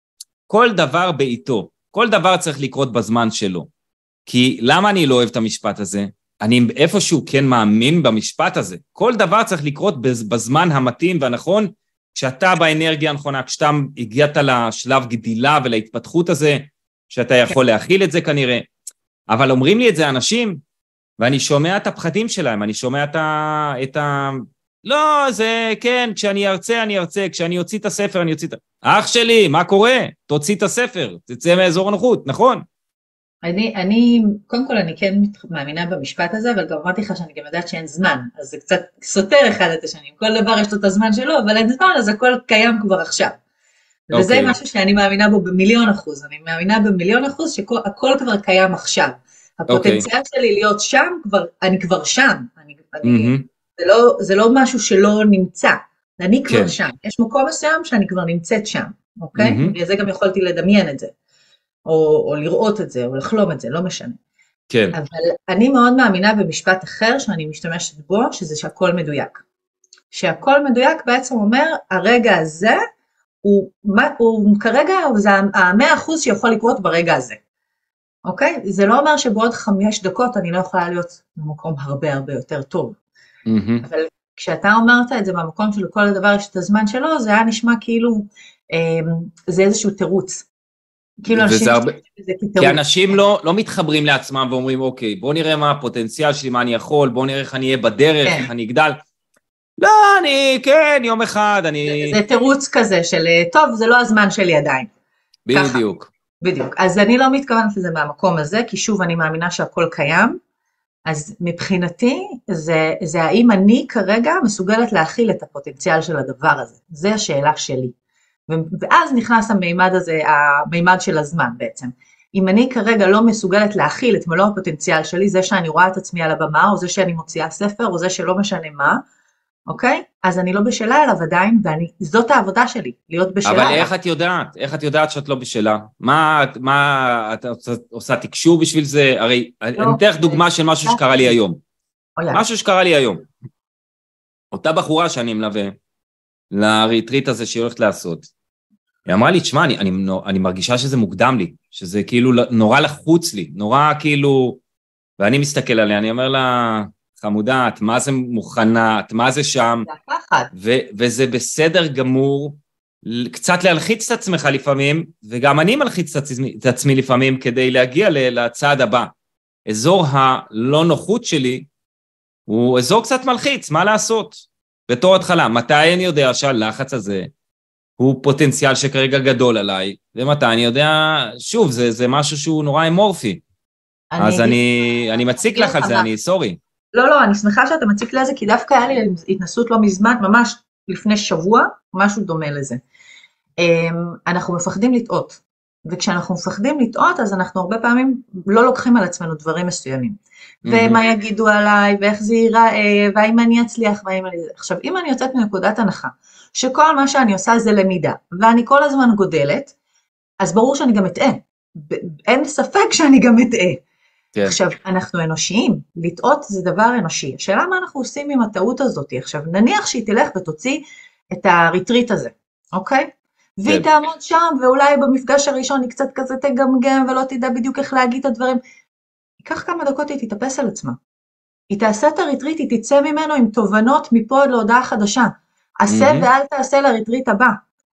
כל דבר בעיתו, כל דבר צריך לקרות בזמן שלו. כי למה אני לא אוהב את המשפט הזה? אני איפשהו כן מאמין במשפט הזה. כל דבר צריך לקרות בזמן המתאים והנכון, כשאתה באנרגיה הנכונה, כשאתה הגעת לשלב גדילה ולהתפתחות הזה, שאתה יכול להכיל את זה כנראה. אבל אומרים לי את זה אנשים, ואני שומע את הפחדים שלהם, אני שומע את ה... את ה... לא, זה כן, כשאני ארצה, אני ארצה, כשאני אוציא את הספר, אני אוציא את... אח שלי, מה קורה? תוציא את הספר, תצא מאזור הנוחות, נכון? אני, אני, קודם כל אני כן מאמינה במשפט הזה, אבל גם אמרתי לך שאני גם יודעת שאין זמן, אז זה קצת סותר אחד את השנים, כל דבר יש לו את הזמן שלו, אבל אין זמן, אז הכל קיים כבר עכשיו. Okay. וזה משהו שאני מאמינה בו במיליון אחוז, אני מאמינה במיליון אחוז שהכל כבר קיים עכשיו. הפוטנציאל okay. שלי להיות שם, כבר, אני כבר שם, אני, אני, mm-hmm. זה, לא, זה לא משהו שלא נמצא, אני כבר okay. שם, יש מקום מסוים שאני כבר נמצאת שם, אוקיי? Okay? Mm-hmm. וזה גם יכולתי לדמיין את זה. או, או לראות את זה, או לחלום את זה, לא משנה. כן. אבל אני מאוד מאמינה במשפט אחר שאני משתמשת בו, שזה שהכל מדויק. שהכל מדויק בעצם אומר, הרגע הזה, הוא, הוא כרגע, זה המאה אחוז שיכול לקרות ברגע הזה. אוקיי? זה לא אומר שבעוד חמש דקות אני לא יכולה להיות במקום הרבה הרבה יותר טוב. Mm-hmm. אבל כשאתה אומרת את זה במקום של כל הדבר יש את הזמן שלו, זה היה נשמע כאילו, זה איזשהו תירוץ. כאילו אנשים הרבה... כי אנשים לא, לא מתחברים לעצמם ואומרים, אוקיי, בוא נראה מה הפוטנציאל שלי, מה אני יכול, בוא נראה איך אני אהיה בדרך, איך אני אגדל. לא, אני, כן, יום אחד, אני... זה, זה תירוץ כזה של, טוב, זה לא הזמן שלי עדיין. בדיוק. ככה, בדיוק. אז אני לא מתכוונת לזה מהמקום הזה, כי שוב אני מאמינה שהכל קיים, אז מבחינתי, זה, זה האם אני כרגע מסוגלת להכיל את הפוטנציאל של הדבר הזה. זה השאלה שלי. ואז נכנס המימד הזה, המימד של הזמן בעצם. אם אני כרגע לא מסוגלת להכיל את מלוא הפוטנציאל שלי, זה שאני רואה את עצמי על הבמה, או זה שאני מוציאה ספר, או זה שלא משנה מה, אוקיי? אז אני לא בשלה אליו עדיין, וזאת העבודה שלי, להיות בשלה. אבל איך את יודעת? איך את יודעת שאת לא בשלה? מה, מה, את עושה תקשור בשביל זה? הרי, אני אתן לך דוגמה של משהו שקרה לי היום. משהו שקרה לי היום. אותה בחורה שאני מלווה, לריטריט הזה שהיא הולכת לעשות. היא אמרה לי, תשמע, אני, אני, אני מרגישה שזה מוקדם לי, שזה כאילו נורא לחוץ לי, נורא כאילו, ואני מסתכל עליה, אני אומר לה, חמודה, את מה זה מוכנה, את מה זה שם, ו, וזה בסדר גמור, קצת להלחיץ את עצמך לפעמים, וגם אני מלחיץ את עצמי, את עצמי לפעמים, כדי להגיע לצעד הבא. אזור הלא נוחות שלי, הוא אזור קצת מלחיץ, מה לעשות? בתור התחלה, מתי אני יודע שהלחץ הזה הוא פוטנציאל שכרגע גדול עליי, ומתי אני יודע, שוב, זה, זה משהו שהוא נורא אמורפי. אני אז אני, אני מציק לך על זה, אני סורי. לא, לא, אני שמחה שאתה מציק לזה, כי דווקא היה לי התנסות לא מזמן, ממש לפני שבוע, משהו דומה לזה. אנחנו מפחדים לטעות, וכשאנחנו מפחדים לטעות, אז אנחנו הרבה פעמים לא לוקחים על עצמנו דברים מסוימים. ומה יגידו עליי, ואיך זה ייראה, והאם אני אצליח, והאם אני... עכשיו, אם אני יוצאת מנקודת הנחה, שכל מה שאני עושה זה למידה, ואני כל הזמן גודלת, אז ברור שאני גם אטעה. אין ספק שאני גם אטעה. כן. עכשיו, אנחנו אנושיים, לטעות זה דבר אנושי. השאלה מה אנחנו עושים עם הטעות הזאת? עכשיו, נניח שהיא תלך ותוציא את הריטריט הזה, אוקיי? כן. והיא תעמוד שם, ואולי במפגש הראשון היא קצת כזה תגמגם, ולא תדע בדיוק איך להגיד את הדברים. ייקח כמה דקות היא תתאפס על עצמה. היא תעשה את הריטריט, היא תצא ממנו עם תובנות מפה עד להודעה חדשה. עשה mm-hmm. ואל תעשה לריטריט הבא.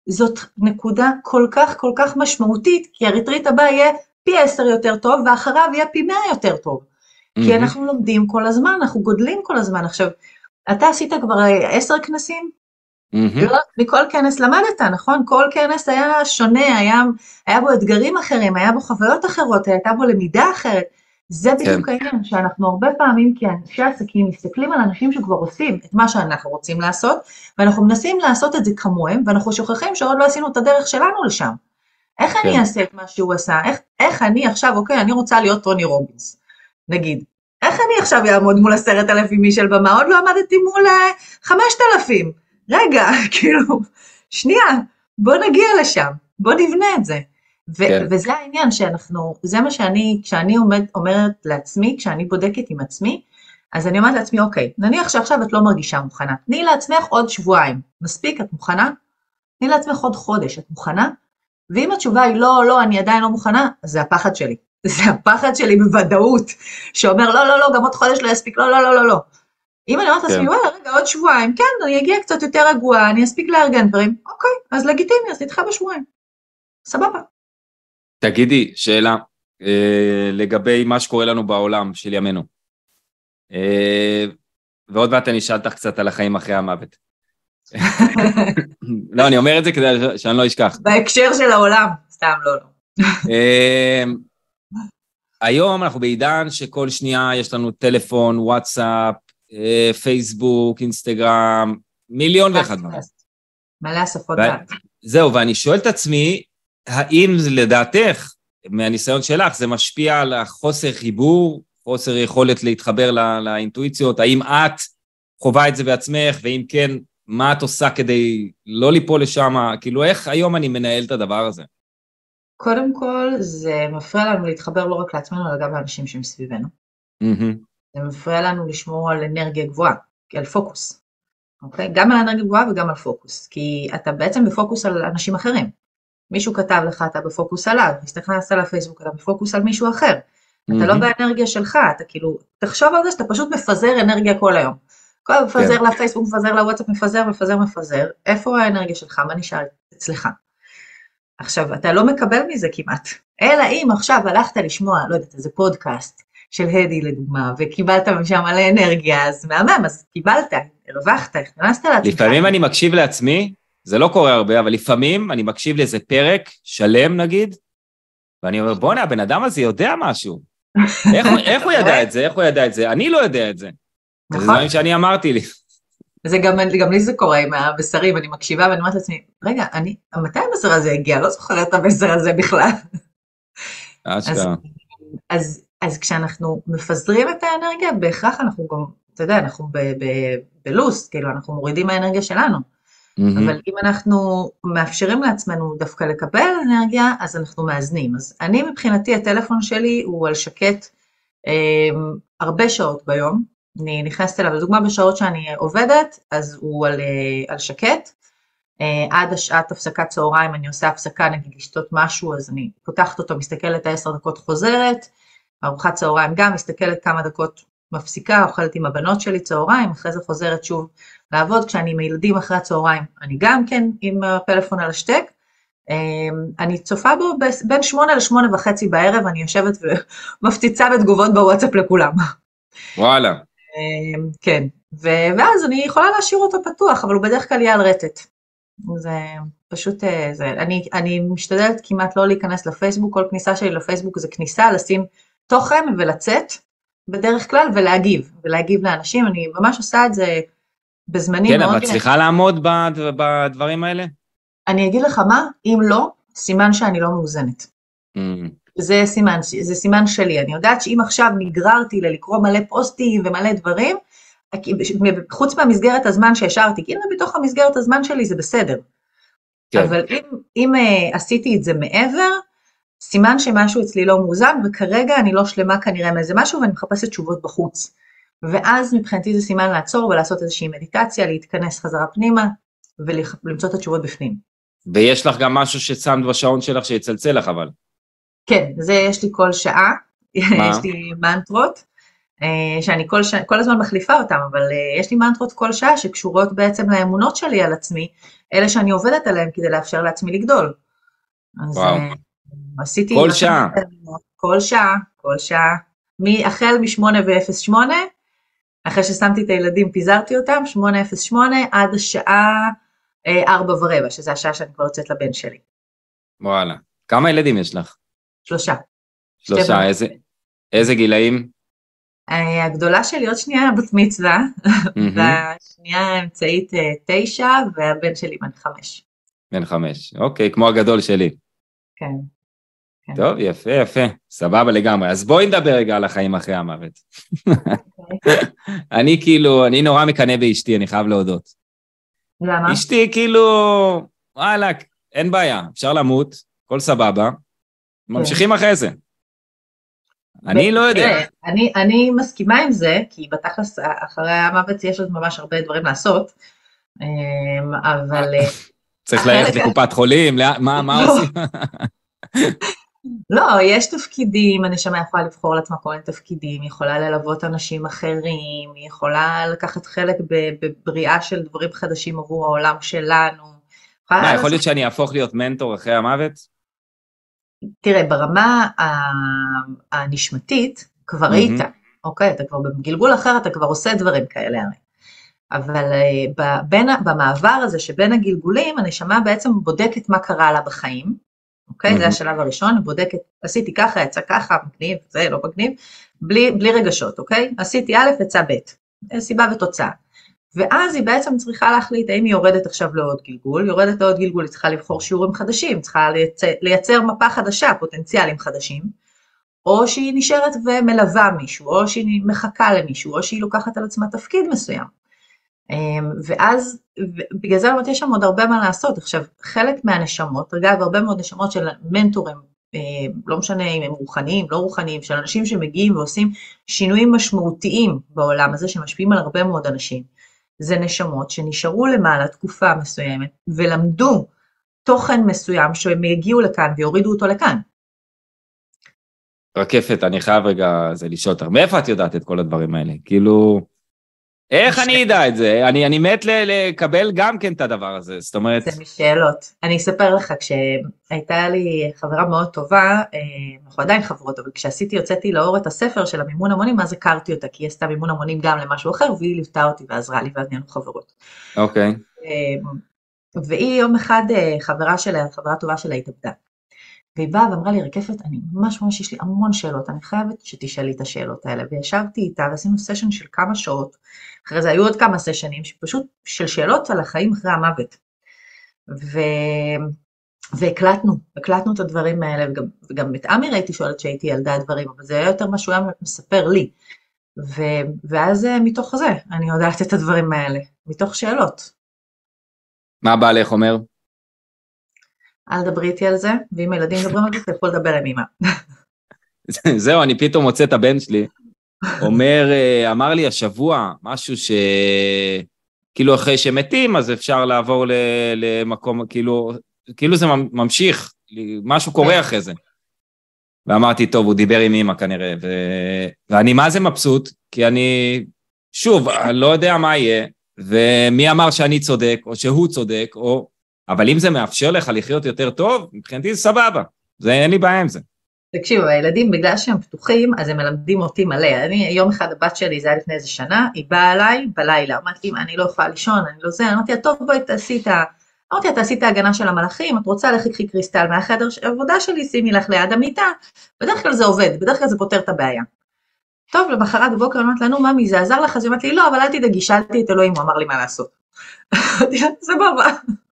זאת נקודה כל כך כל כך משמעותית, כי הריטריט הבא יהיה פי עשר יותר טוב, ואחריו יהיה פי מאה יותר טוב. Mm-hmm. כי אנחנו לומדים כל הזמן, אנחנו גודלים כל הזמן. עכשיו, אתה עשית כבר עשר כנסים? Mm-hmm. לא, מכל כנס למדת, נכון? כל כנס היה שונה, היה, היה בו אתגרים אחרים, היה בו חוויות אחרות, הייתה בו למידה אחרת. זה בדיוק העניין, שאנחנו הרבה פעמים כאנשי עסקים מסתכלים על אנשים שכבר עושים את מה שאנחנו רוצים לעשות, ואנחנו מנסים לעשות את זה כמוהם, ואנחנו שוכחים שעוד לא עשינו את הדרך שלנו לשם. איך כן. אני אעשה את מה שהוא עשה? איך, איך אני עכשיו, אוקיי, אני רוצה להיות טוני רובינס, נגיד. איך אני עכשיו אעמוד מול עשרת אלפים איש על במה? עוד לא עמדתי מול חמשת אלפים. רגע, כאילו, שנייה, בוא נגיע לשם, בוא נבנה את זה. ו- כן. וזה העניין שאנחנו, זה מה שאני, כשאני עומד, אומרת לעצמי, כשאני בודקת עם עצמי, אז אני אומרת לעצמי, אוקיי, נניח שעכשיו את לא מרגישה מוכנה, תני לעצמך עוד שבועיים, מספיק, את מוכנה? תני לעצמך עוד חודש, את מוכנה? ואם התשובה היא לא, לא, אני עדיין לא מוכנה, אז זה הפחד שלי. זה הפחד שלי בוודאות, שאומר, לא, לא, לא, גם עוד חודש לא יספיק, לא, לא, לא, לא, לא. אם אני אומרת לעצמי, כן. וואלה, רגע, עוד שבועיים, כן, אני אגיע קצת יותר רגועה, אני אספיק לארגן דברים, אוקיי, אז לגיטימי, אז נדחה בשבועיים. סבבה. תגידי, שאלה, אה, לגבי מה שקורה לנו בעולם של ימינו. אה, ועוד מעט אני אשאל אותך קצת על החיים אחרי המוות. לא, אני אומר את זה כדי שאני לא אשכח. בהקשר של העולם, סתם לא, לא. אה, היום אנחנו בעידן שכל שנייה יש לנו טלפון, וואטסאפ, אה, פייסבוק, אינסטגרם, מיליון ואחד דברים. מלא השפות דעת. זהו, ואני שואל את עצמי, האם לדעתך, מהניסיון שלך, זה משפיע על החוסר חיבור, חוסר יכולת להתחבר לא, לאינטואיציות, האם את חווה את זה בעצמך, ואם כן, מה את עושה כדי לא ליפול לשם, כאילו איך היום אני מנהל את הדבר הזה? קודם כל, זה מפריע לנו להתחבר לא רק לעצמנו, אלא גם לאנשים שמסביבנו. Mm-hmm. זה מפריע לנו לשמור על אנרגיה גבוהה, על פוקוס. אוקיי? גם על אנרגיה גבוהה וגם על פוקוס, כי אתה בעצם בפוקוס על אנשים אחרים. מישהו כתב לך, אתה בפוקוס עליו, הסתכנסת לפייסבוק, אתה בפוקוס על מישהו אחר. Mm-hmm. אתה לא באנרגיה שלך, אתה כאילו, תחשוב על זה שאתה פשוט מפזר אנרגיה כל היום. כל היום מפזר כן. לפייסבוק, מפזר לוואטסאפ, מפזר, מפזר, מפזר. איפה האנרגיה שלך? מה נשאר אצלך? עכשיו, אתה לא מקבל מזה כמעט. אלא אם עכשיו הלכת לשמוע, לא יודעת, איזה פודקאסט של הדי לדוגמה, וקיבלת משם מלא אנרגיה, אז מהמם, אז קיבלת, הרווחת, הכנסת לעצמך. לפעמים אני מקשיב לעצמי, זה לא קורה הרבה, אבל לפעמים אני מקשיב לאיזה פרק שלם נגיד, ואני אומר, בוא'נה, הבן אדם הזה יודע משהו. איך, איך הוא ידע את זה? איך הוא ידע את זה? אני לא יודע את זה. נכון. זה דברים שאני אמרתי לי. זה גם, גם לי זה קורה עם הבשרים, אני מקשיבה ואני אומרת לעצמי, רגע, אני, מתי הבשר הזה הגיע? לא זוכרת את הבשר הזה בכלל. אז, אז, אז כשאנחנו מפזרים את האנרגיה, בהכרח אנחנו גם, אתה יודע, אנחנו ב, ב, בלוס, כאילו אנחנו מורידים האנרגיה שלנו. Mm-hmm. אבל אם אנחנו מאפשרים לעצמנו דווקא לקבל אנרגיה, אז אנחנו מאזנים. אז אני מבחינתי, הטלפון שלי הוא על שקט אה, הרבה שעות ביום, אני נכנסת אליו, לדוגמה בשעות שאני עובדת, אז הוא על, על שקט, עד השעת הפסקת צהריים, אני עושה הפסקה, נגיד לשתות משהו, אז אני פותחת אותו, מסתכלת עשר דקות חוזרת, ארוחת צהריים גם, מסתכלת כמה דקות מפסיקה, אוכלת עם הבנות שלי צהריים, אחרי זה חוזרת שוב לעבוד, כשאני עם הילדים אחרי הצהריים, אני גם כן עם הפלאפון על השתק, אני צופה בו בין שמונה לשמונה וחצי בערב, אני יושבת ומפציצה בתגובות בוואטסאפ לכולם. וואלה. כן, ואז אני יכולה להשאיר אותו פתוח, אבל הוא בדרך כלל יהיה על רטט. זה פשוט, זה, אני, אני משתדלת כמעט לא להיכנס לפייסבוק, כל כניסה שלי לפייסבוק זה כניסה, לשים תוכן ולצאת בדרך כלל ולהגיב, ולהגיב לאנשים, אני ממש עושה את זה בזמנים כן, מאוד... כן, אבל צריכה לעמוד בדברים האלה? אני אגיד לך מה, אם לא, סימן שאני לא מאוזנת. Mm. זה סימן, זה סימן שלי, אני יודעת שאם עכשיו נגררתי ללקרוא מלא פוסטים ומלא דברים, חוץ מהמסגרת הזמן שהשארתי, כי אם בתוך המסגרת הזמן שלי זה בסדר, כן. אבל אם, אם uh, עשיתי את זה מעבר, סימן שמשהו אצלי לא מאוזן, וכרגע אני לא שלמה כנראה מאיזה משהו, ואני מחפשת תשובות בחוץ, ואז מבחינתי זה סימן לעצור ולעשות איזושהי מדיטציה, להתכנס חזרה פנימה, ולמצוא את התשובות בפנים. ויש לך גם משהו ששמת בשעון שלך שיצלצל לך אבל? כן, זה יש לי כל שעה, יש לי מנטרות, שאני כל, ש... כל הזמן מחליפה אותם, אבל יש לי מנטרות כל שעה שקשורות בעצם לאמונות שלי על עצמי, אלה שאני עובדת עליהם כדי לאפשר לעצמי לגדול. אז וואו. עשיתי... כל שעה. כל שעה, כל שעה. החל מ-שמונה ואפס שמונה, אחרי ששמתי את הילדים, פיזרתי אותם, שמונה אפס שמונה, עד השעה ארבע ורבע, שזה השעה שאני כבר יוצאת לבן שלי. וואלה. כמה ילדים יש לך? שלושה. שלושה, איזה, איזה גילאים? הגדולה שלי עוד שנייה בת מצווה, והשנייה האמצעית תשע, והבן שלי בן חמש. בן חמש, אוקיי, כמו הגדול שלי. כן. טוב, יפה, יפה, סבבה לגמרי. אז בואי נדבר רגע על החיים אחרי המוות. אני כאילו, אני נורא מקנא באשתי, אני חייב להודות. למה? אשתי כאילו, וואלה, אין בעיה, אפשר למות, כל סבבה, ממשיכים אחרי זה. אני לא יודע. אני, אני מסכימה עם זה, כי בתכלס אחרי המוות יש עוד ממש הרבה דברים לעשות, אבל... צריך ללכת לקופת חולים, מה, מה עושים? לא, יש תפקידים, הנשמה יכולה לבחור לעצמה כל מיני תפקידים, היא יכולה ללוות אנשים אחרים, היא יכולה לקחת חלק בבריאה של דברים חדשים עבור העולם שלנו. מה, יכול להיות שאני אהפוך להיות מנטור אחרי המוות? תראה, ברמה הנשמתית כבר היית, אוקיי, אתה כבר בגלגול אחר, אתה כבר עושה דברים כאלה הרי. אבל במעבר הזה שבין הגלגולים, הנשמה בעצם בודקת מה קרה לה בחיים, אוקיי, זה השלב הראשון, היא בודקת, עשיתי ככה, יצא ככה, מגניב, זה לא מגניב, בלי, בלי רגשות, אוקיי? עשיתי א', יצא ב', סיבה ותוצאה. ואז היא בעצם צריכה להחליט האם היא יורדת עכשיו לעוד גלגול, יורדת לעוד גלגול, היא צריכה לבחור שיעורים חדשים, צריכה לייצר, לייצר מפה חדשה, פוטנציאלים חדשים, או שהיא נשארת ומלווה מישהו, או שהיא מחכה למישהו, או שהיא לוקחת על עצמה תפקיד מסוים. ואז, בגלל זה באמת יש שם עוד הרבה מה לעשות. עכשיו, חלק מהנשמות, אגב, הרבה מאוד נשמות של מנטורים, לא משנה אם הם רוחניים, לא רוחניים, של אנשים שמגיעים ועושים שינויים משמעותיים בעולם הזה, שמשפיעים על הרבה מאוד אנשים. זה נשמות שנשארו למעלה תקופה מסוימת, ולמדו תוכן מסוים שהם יגיעו לכאן ויורידו אותו לכאן. רקפת, אני חייב רגע זה לשאול אותך, מאיפה את יודעת את כל הדברים האלה? כאילו, איך אני יודע את זה? אני, אני מת לקבל גם כן את הדבר הזה, זאת אומרת... זה משאלות. אני אספר לך, כשהייתה לי חברה מאוד טובה, אנחנו עדיין חברות, אבל כשעשיתי, יוצאתי לאור את הספר של המימון המונים, אז הכרתי אותה, כי היא עשתה מימון המונים גם למשהו אחר, והיא ליוותה אותי ועזרה לי, ואז נהיינו חברות. אוקיי. והיא יום אחד, חברה שלה, חברה טובה שלה התאבדה. והיא באה ואמרה לי, רקפת, אני ממש ממש יש לי המון שאלות, אני חייבת שתשאלי את השאלות האלה, וישבתי איתה ועשינו סשן של כמה שעות, אחרי זה היו עוד כמה סשנים, פשוט של שאלות על החיים אחרי המוות, ו... והקלטנו, הקלטנו את הדברים האלה, וגם, וגם את אמי ראיתי שואלת שהייתי ילדה הדברים, אבל זה היה יותר מה שהוא היה מספר לי, ו... ואז מתוך זה אני יודעת את הדברים האלה, מתוך שאלות. מה בעלך אומר? אל דברי איתי על זה, ואם הילדים מדברים על זה, אתה יכול לדבר עם אמא. זהו, אני פתאום מוצא את הבן שלי, אומר, אמר לי השבוע, משהו שכאילו אחרי שמתים, אז אפשר לעבור למקום, כאילו, כאילו זה ממשיך, משהו קורה אחרי זה. ואמרתי, טוב, הוא דיבר עם אמא כנראה, ו... ואני מה זה מבסוט, כי אני, שוב, אני לא יודע מה יהיה, ומי אמר שאני צודק, או שהוא צודק, או... אבל אם זה מאפשר לך לחיות יותר טוב, מבחינתי זה סבבה, זה אין לי בעיה עם זה. תקשיבו, הילדים בגלל שהם פתוחים, אז הם מלמדים אותי מלא. אני, יום אחד הבת שלי, זה היה לפני איזה שנה, היא באה אליי בלילה, אמרתי, אני לא יכולה לישון, אני לא זה, אמרתי, טוב, בואי תעשי את ה... אמרתי, תעשי את ההגנה של המלאכים, את רוצה לכי קחי קריסטל מהחדר עבודה שלי, שימי לך ליד המיטה, בדרך כלל זה עובד, בדרך כלל זה פותר את הבעיה. טוב, למחרת בבוקר, אמרתי לנו, ממי, זה עזר לך? אז אמרתי לי, לא, אבל אל תדאגי, שאלתי את אלוהים, הוא אמר לי מה לעשות. סבבה.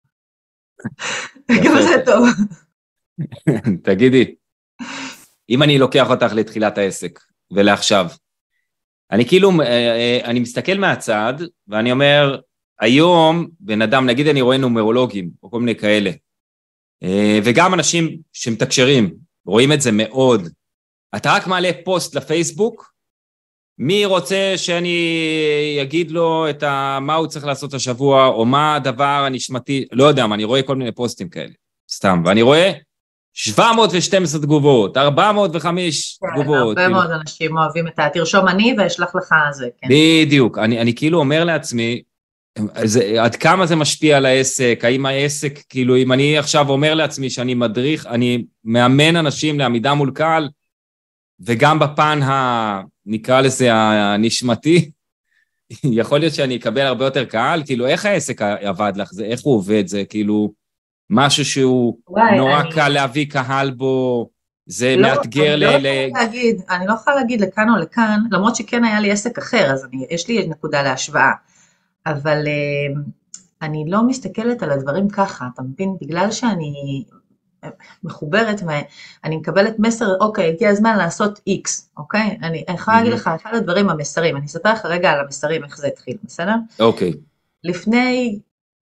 גם זה טוב. תגידי, אם אני לוקח אותך לתחילת העסק ולעכשיו, אני כאילו, אני מסתכל מהצד ואני אומר, היום בן אדם, נגיד אני רואה נומרולוגים או כל מיני כאלה, וגם אנשים שמתקשרים, רואים את זה מאוד, אתה רק מעלה פוסט לפייסבוק, מי רוצה שאני אגיד לו את ה, מה הוא צריך לעשות השבוע, או מה הדבר הנשמתי, לא יודע מה, אני רואה כל מיני פוסטים כאלה, סתם, ואני רואה שבע מאות ושתים עשרה תגובות, ארבע מאות וחמש כן, תגובות. הרבה מאוד אנשים אוהבים את ה... תרשום אני ואשלח לך זה, כן. בדיוק, אני, אני כאילו אומר לעצמי, זה, עד כמה זה משפיע על העסק, האם העסק, כאילו אם אני עכשיו אומר לעצמי שאני מדריך, אני מאמן אנשים לעמידה מול קהל, וגם בפן ה... נקרא לזה הנשמתי, יכול להיות שאני אקבל הרבה יותר קהל, כאילו איך העסק עבד לך, זה, איך הוא עובד, זה כאילו משהו שהוא וואי, נורא אני... קל להביא קהל בו, זה לא, מאתגר ל... ל... לא להגיד, אני לא יכולה להגיד לכאן או לכאן, למרות שכן היה לי עסק אחר, אז אני, יש לי נקודה להשוואה, אבל uh, אני לא מסתכלת על הדברים ככה, אתה מבין? בגלל שאני מחוברת, ואני מקבלת מסר, אוקיי, הגיע הזמן לעשות איקס, אוקיי? אני יכולה להגיד לך, אחד הדברים המסרים, אני אספר לך רגע על המסרים, איך זה התחיל, בסדר? אוקיי. לפני,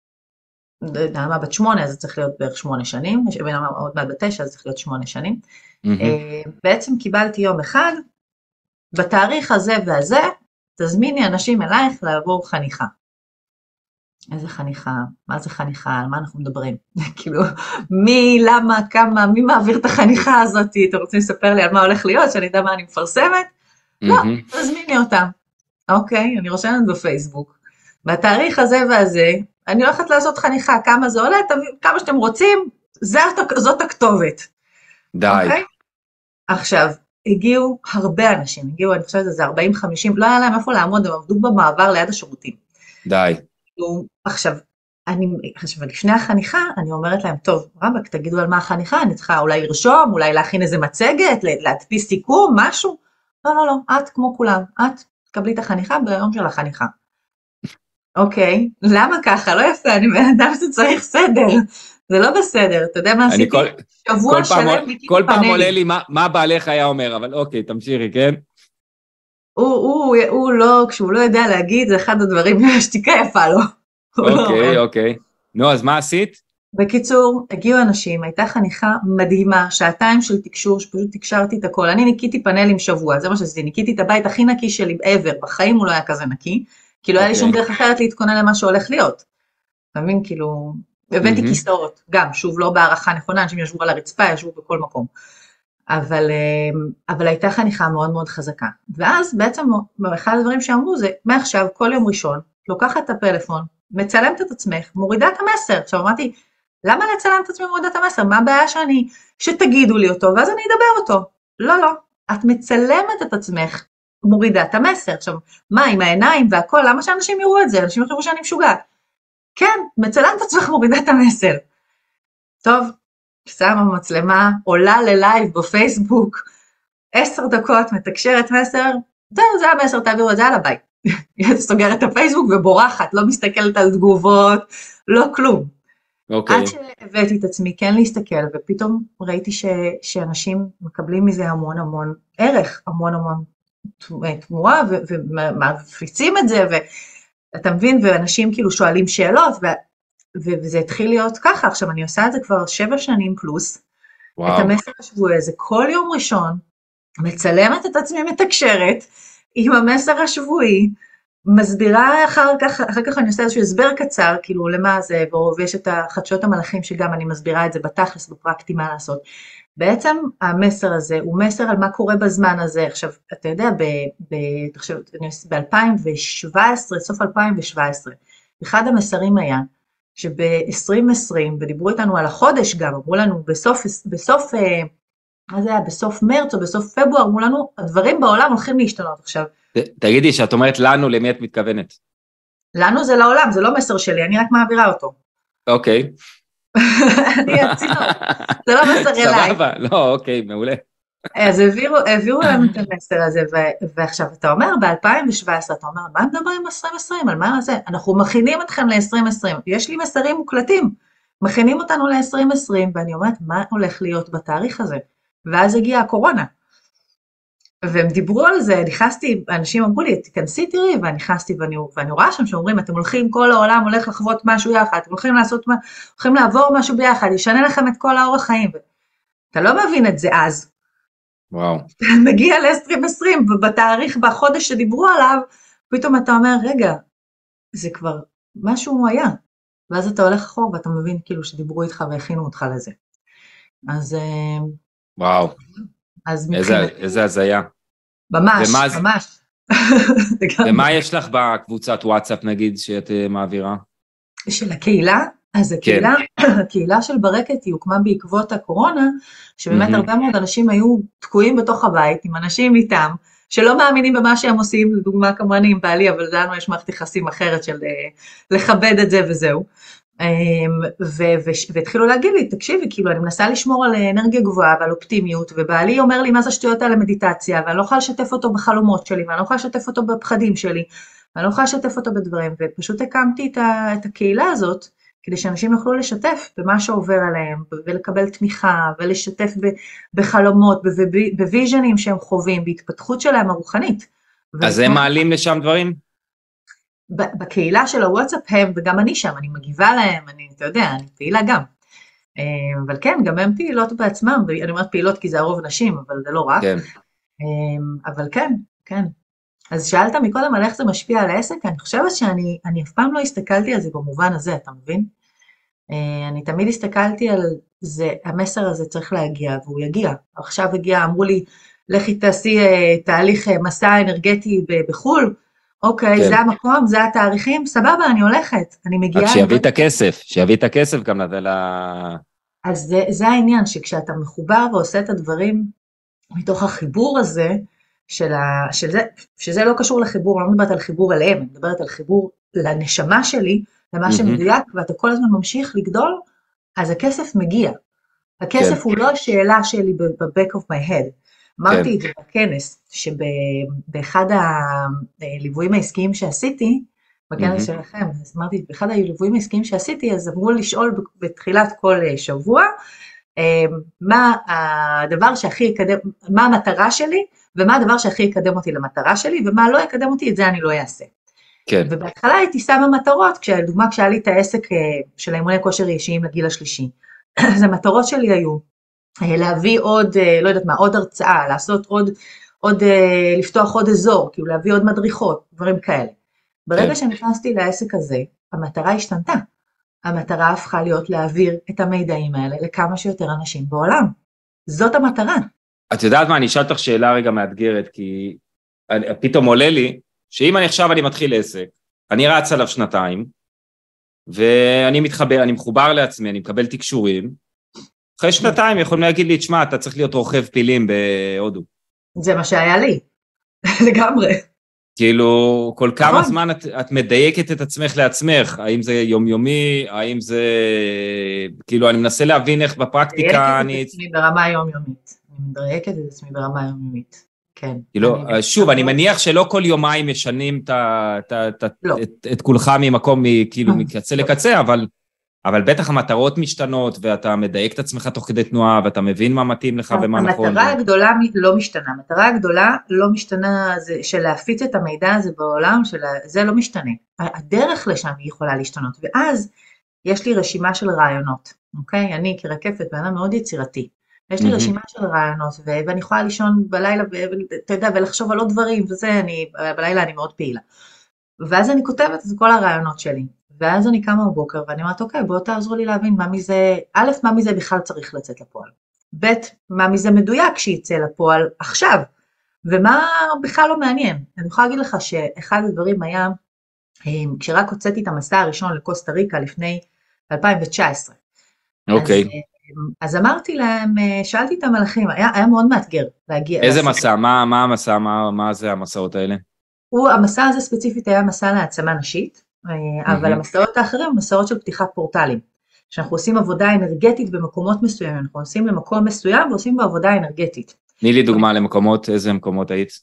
נעמה בת שמונה, אז זה צריך להיות בערך שמונה שנים, ונעמה עוד מעט בתשע, אז זה צריך להיות שמונה שנים. בעצם קיבלתי יום אחד, בתאריך הזה והזה, תזמיני אנשים אלייך לעבור חניכה. איזה חניכה, מה זה חניכה, על מה אנחנו מדברים? כאילו, מי, למה, כמה, מי מעביר את החניכה הזאת? אתם רוצים לספר לי על מה הולך להיות, שאני יודע מה אני מפרסמת? לא, תזמיני אותם. אוקיי, אני רושמת בפייסבוק. בתאריך הזה והזה, אני הולכת לעשות חניכה, כמה זה עולה, כמה שאתם רוצים, זאת הכתובת. די. עכשיו, הגיעו הרבה אנשים, הגיעו, אני חושבת, זה ארבעים חמישים, לא היה להם איפה לעמוד, הם עבדו במעבר ליד השירותים. די. עכשיו, אני, עכשיו, לפני החניכה, אני אומרת להם, טוב, רבק, תגידו על מה החניכה, אני צריכה אולי לרשום, אולי להכין איזה מצגת, להדפיס סיכום, משהו. לא, לא, לא, את כמו כולם, את תקבלי את החניכה ביום של החניכה. אוקיי, למה ככה? לא יפה, אני מאדם שצריך סדר. זה לא בסדר, אתה יודע מה עשיתי? כל, שבוע כל שלם, פעם, כל פעם עולה לי מה, מה בעלך היה אומר, אבל אוקיי, תמשיכי, כן? הוא, הוא, הוא לא, כשהוא לא יודע להגיד, זה אחד הדברים, שתיקה יפה לו. אוקיי, אוקיי. נו, אז מה עשית? בקיצור, הגיעו אנשים, הייתה חניכה מדהימה, שעתיים של תקשור, שפשוט תקשרתי את הכל. אני ניקיתי פאנלים שבוע, זה מה שעשיתי, ניקיתי את הבית הכי נקי שלי ever, בחיים הוא לא היה כזה נקי, כי לא היה לי שום דרך אחרת להתכונן למה שהולך להיות. אתה מבין, כאילו, הבאתי כיסאות, גם, שוב, לא בערכה נכונה, אנשים ישבו על הרצפה, ישבו בכל מקום. אבל, אבל הייתה חניכה מאוד מאוד חזקה. ואז בעצם, אחד הדברים שאמרו זה, מעכשיו, כל יום ראשון, לוקחת את הפלאפון, מצלמת את עצמך, מורידה את המסר. עכשיו אמרתי, למה לצלם את עצמי מורידה את המסר? מה הבעיה שאני, שתגידו לי אותו, ואז אני אדבר אותו. לא, לא, את מצלמת את עצמך, מורידה את המסר. עכשיו, מה, עם העיניים והכל, למה שאנשים יראו את זה? אנשים יחשבו שאני משוגעת. כן, מצלמת את עצמך, מורידה את המסר. טוב, שמה מצלמה, עולה ללייב בפייסבוק, עשר דקות, מתקשרת מסר, זהו, זה המסר, תעבירו את זה על הבית. סוגרת את הפייסבוק ובורחת, לא מסתכלת על תגובות, לא כלום. אוקיי. עד שהבאתי את עצמי כן להסתכל, ופתאום ראיתי ש, שאנשים מקבלים מזה המון המון ערך, המון המון תמורה, ומפיצים את זה, ואתה מבין, ואנשים כאילו שואלים שאלות, ו, וזה התחיל להיות ככה. עכשיו אני עושה את זה כבר שבע שנים פלוס, וואו. את המסר השבועי הזה, כל יום ראשון, מצלמת את עצמי מתקשרת, עם המסר השבועי, מסבירה אחר כך, אחר כך אני עושה איזשהו הסבר קצר, כאילו למה זה, ויש את החדשות המלאכים שגם אני מסבירה את זה בתכלס, בפרקטי מה לעשות. בעצם המסר הזה הוא מסר על מה קורה בזמן הזה. עכשיו, אתה יודע, ב-אלפיים שבע עשרה, סוף אלפיים שבע עשרה, אחד המסרים היה שב-עשרים עשרים, ודיברו איתנו על החודש גם, אמרו לנו בסוף, בסוף, מה זה היה, בסוף מרץ או בסוף פברואר, אמרו לנו, הדברים בעולם הולכים להשתנות עכשיו. תגידי, שאת אומרת לנו, למי את מתכוונת? לנו זה לעולם, זה לא מסר שלי, אני רק מעבירה אותו. אוקיי. אני אציע, זה לא מסר אליי. סבבה, לא, אוקיי, מעולה. אז העבירו להם את המסר הזה, ועכשיו אתה אומר, ב-אלפיים שבע עשרה, אתה אומר, מה מדברים עשרים עשרים, על מה זה? אנחנו מכינים אתכם ל-עשרים עשרים, יש לי מסרים מוקלטים, מכינים אותנו ל-עשרים עשרים, ואני אומרת, מה הולך להיות בתאריך הזה? ואז הגיעה הקורונה. והם דיברו על זה, נכנסתי, אנשים אמרו לי, תיכנסי תראי, ואני נכנסתי, ואני, ואני רואה שם שאומרים, אתם הולכים, כל העולם הולך לחוות משהו יחד, אתם הולכים לעשות, הולכים לעבור משהו ביחד, ישנה לכם את כל האורח חיים. אתה לא מבין את זה אז. וואו. אתה מגיע ל-עשרים עשרים, ובתאריך, בחודש שדיברו עליו, פתאום אתה אומר, רגע, זה כבר משהו הוא היה. ואז אתה הולך אחור, ואתה מבין כאילו שדיברו איתך והכינו אותך לזה. אז... וואו, אז איזה הזיה. ממש, ממש. ומה יש לך בקבוצת וואטסאפ, נגיד, שאת מעבירה? של הקהילה? אז הקהילה, הקהילה של ברקת היא הוקמה בעקבות הקורונה, שבאמת הרבה מאוד אנשים היו תקועים בתוך הבית, עם אנשים איתם, שלא מאמינים במה שהם עושים, לדוגמה כמובן עם בעלי, אבל לנו יש מערכת יחסים אחרת של לכבד את זה וזהו. והתחילו להגיד לי, תקשיבי, כאילו אני מנסה לשמור על אנרגיה גבוהה ועל אופטימיות, ובעלי אומר לי מה זה שטויות על המדיטציה, ואני לא יכולה לשתף אותו בחלומות שלי, ואני לא יכולה לשתף אותו בפחדים שלי, ואני לא יכולה לשתף אותו בדברים, ופשוט הקמתי את הקהילה הזאת, כדי שאנשים יוכלו לשתף במה שעובר עליהם, ולקבל תמיכה, ולשתף בחלומות, בוויז'נים שהם חווים, בהתפתחות שלהם הרוחנית. אז הם מעלים לשם דברים? בקהילה של הוואטסאפ הם, וגם אני שם, אני מגיבה להם, אני, אתה יודע, אני פעילה גם. אבל כן, גם הם פעילות בעצמם, אני אומרת פעילות כי זה הרוב נשים, אבל זה לא רק. כן. אבל כן, כן. אז שאלת מקודם על איך זה משפיע על העסק, אני חושבת שאני אני אף פעם לא הסתכלתי על זה במובן הזה, אתה מבין? אני תמיד הסתכלתי על זה, המסר הזה צריך להגיע, והוא יגיע. עכשיו הגיע, אמרו לי, לכי תעשי תהליך מסע אנרגטי בחול, אוקיי, כן. זה המקום, זה התאריכים, סבבה, אני הולכת, אני מגיעה... רק שיביא את הכסף, שיביא את הכסף גם לזה ל... אז זה, זה העניין, שכשאתה מחובר ועושה את הדברים מתוך החיבור הזה, של ה... של זה, שזה לא קשור לחיבור, אני לא מדברת על חיבור עליהם, אני מדברת על חיבור לנשמה שלי, למה שמדויק, ואתה כל הזמן ממשיך לגדול, אז הכסף מגיע. הכסף כן. הוא לא השאלה שלי ב-back of my head. אמרתי כן. את זה בכנס, שבאחד הליוויים העסקיים שעשיתי, בכנס mm-hmm. שלכם, אז אמרתי, באחד הליוויים העסקיים שעשיתי, אז אמרו לשאול בתחילת כל שבוע, מה הדבר שהכי יקדם, מה המטרה שלי, ומה הדבר שהכי יקדם אותי למטרה שלי, ומה לא יקדם אותי, את זה אני לא אעשה. כן. ובהתחלה הייתי שמה מטרות, כשדוגמה כשהיה לי את העסק של האימוני כושר אישיים לגיל השלישי, אז המטרות שלי היו, להביא עוד, לא יודעת מה, עוד הרצאה, לעשות עוד, עוד, לפתוח עוד אזור, כאילו להביא עוד מדריכות, דברים כאלה. ברגע כן. שנכנסתי לעסק הזה, המטרה השתנתה. המטרה הפכה להיות להעביר את המידעים האלה לכמה שיותר אנשים בעולם. זאת המטרה. את יודעת מה, אני אשאל אותך שאלה רגע מאתגרת, כי אני, פתאום עולה לי, שאם אני עכשיו אני מתחיל עסק, אני רץ עליו שנתיים, ואני מתחבר, אני מחובר לעצמי, אני מקבל תקשורים, אחרי שנתיים יכולים להגיד לי, תשמע, אתה צריך להיות רוכב פילים בהודו. זה מה שהיה לי, לגמרי. כאילו, כל כמה זמן את, את מדייקת את עצמך לעצמך, האם זה יומיומי, האם זה, כאילו, אני מנסה להבין איך בפרקטיקה אני... מדייקת את עצמי ברמה יומיומית, אני מדייקת את עצמי ברמה יומיומית, כן. כאילו, שוב, אני מניח שלא כל יומיים משנים את כולך ממקום, כאילו, מקצה לקצה, אבל... אבל בטח המטרות משתנות, ואתה מדייק את עצמך תוך כדי תנועה, ואתה מבין מה מתאים לך ומה נכון. המטרה הגדולה לא משתנה, המטרה הגדולה לא משתנה, של להפיץ את המידע הזה בעולם, זה לא משתנה. הדרך לשם היא יכולה להשתנות, ואז יש לי רשימה של רעיונות, אוקיי? אני כרקפת, בעיה מאוד יצירתי. יש לי רשימה של רעיונות, ואני יכולה לישון בלילה, אתה יודע, ולחשוב על עוד דברים, וזה, בלילה אני מאוד פעילה. ואז אני כותבת את כל הרעיונות שלי. ואז אני קמה בבוקר ואני אומרת, אוקיי, בוא תעזרו לי להבין מה מזה, א', מה מזה בכלל צריך לצאת לפועל, ב', מה מזה מדויק שיצא לפועל עכשיו, ומה בכלל לא מעניין. אני יכולה להגיד לך שאחד הדברים היה, כשרק הוצאתי את המסע הראשון לקוסטה ריקה לפני אלפיים תשע עשרה. אוקיי. אז, אז אמרתי להם, שאלתי את המלאכים, היה, היה מאוד מאתגר להגיע. איזה מסע? מה, מה המסע? מה, מה זה המסעות האלה? הוא, המסע הזה ספציפית היה מסע להעצמה נשית, אבל המסעות האחרים הם מסעות של פתיחת פורטלים, שאנחנו עושים עבודה אנרגטית במקומות מסוימים, אנחנו עושים למקום מסוים ועושים בעבודה אנרגטית. תני לי דוגמה למקומות, איזה מקומות היית?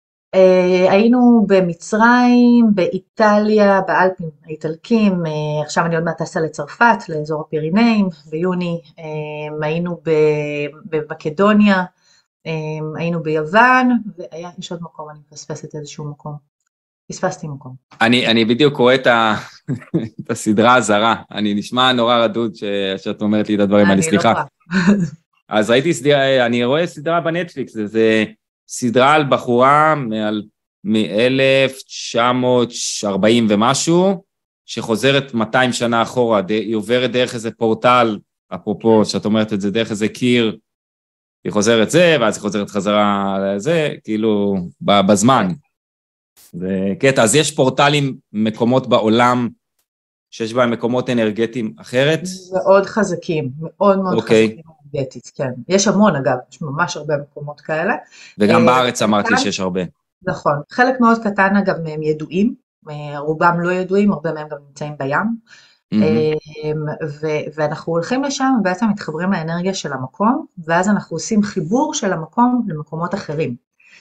היינו במצרים, באיטליה, באלפים האיטלקים, עכשיו אני עוד מעט טסה לצרפת, לאזור הפירינאים, ביוני היינו במקדוניה, היינו ביוון, ויש עוד מקום, אני מפספסת איזשהו מקום. פספסתי מקום. אני, אני בדיוק קורא את, ה... את הסדרה הזרה, אני נשמע נורא רדוד ש... שאת אומרת לי את הדברים האלה, סליחה. אז ראיתי סדרה, אני רואה סדרה בנטפליקס, זה, זה סדרה על בחורה מ-אלף תשע מאות ארבעים ומשהו, שחוזרת מאתיים שנה אחורה, היא עוברת דרך איזה פורטל אפרופו, שאת אומרת את זה דרך איזה קיר, היא חוזרת זה, ואז היא חוזרת חזרה לזה, כאילו, בזמן. זה קטע, אז יש פורטלים, מקומות בעולם, שיש בהם מקומות אנרגטיים אחרת? מאוד חזקים, מאוד מאוד okay. חזקים אנרגטית, כן. יש המון אגב, יש ממש הרבה מקומות כאלה. וגם בארץ אמרת לי שיש הרבה. נכון, חלק מאוד קטן אגב מהם ידועים, רובם לא ידועים, הרבה מהם גם נמצאים בים, ו- ואנחנו הולכים לשם ובעצם מתחברים לאנרגיה של המקום, ואז אנחנו עושים חיבור של המקום למקומות אחרים,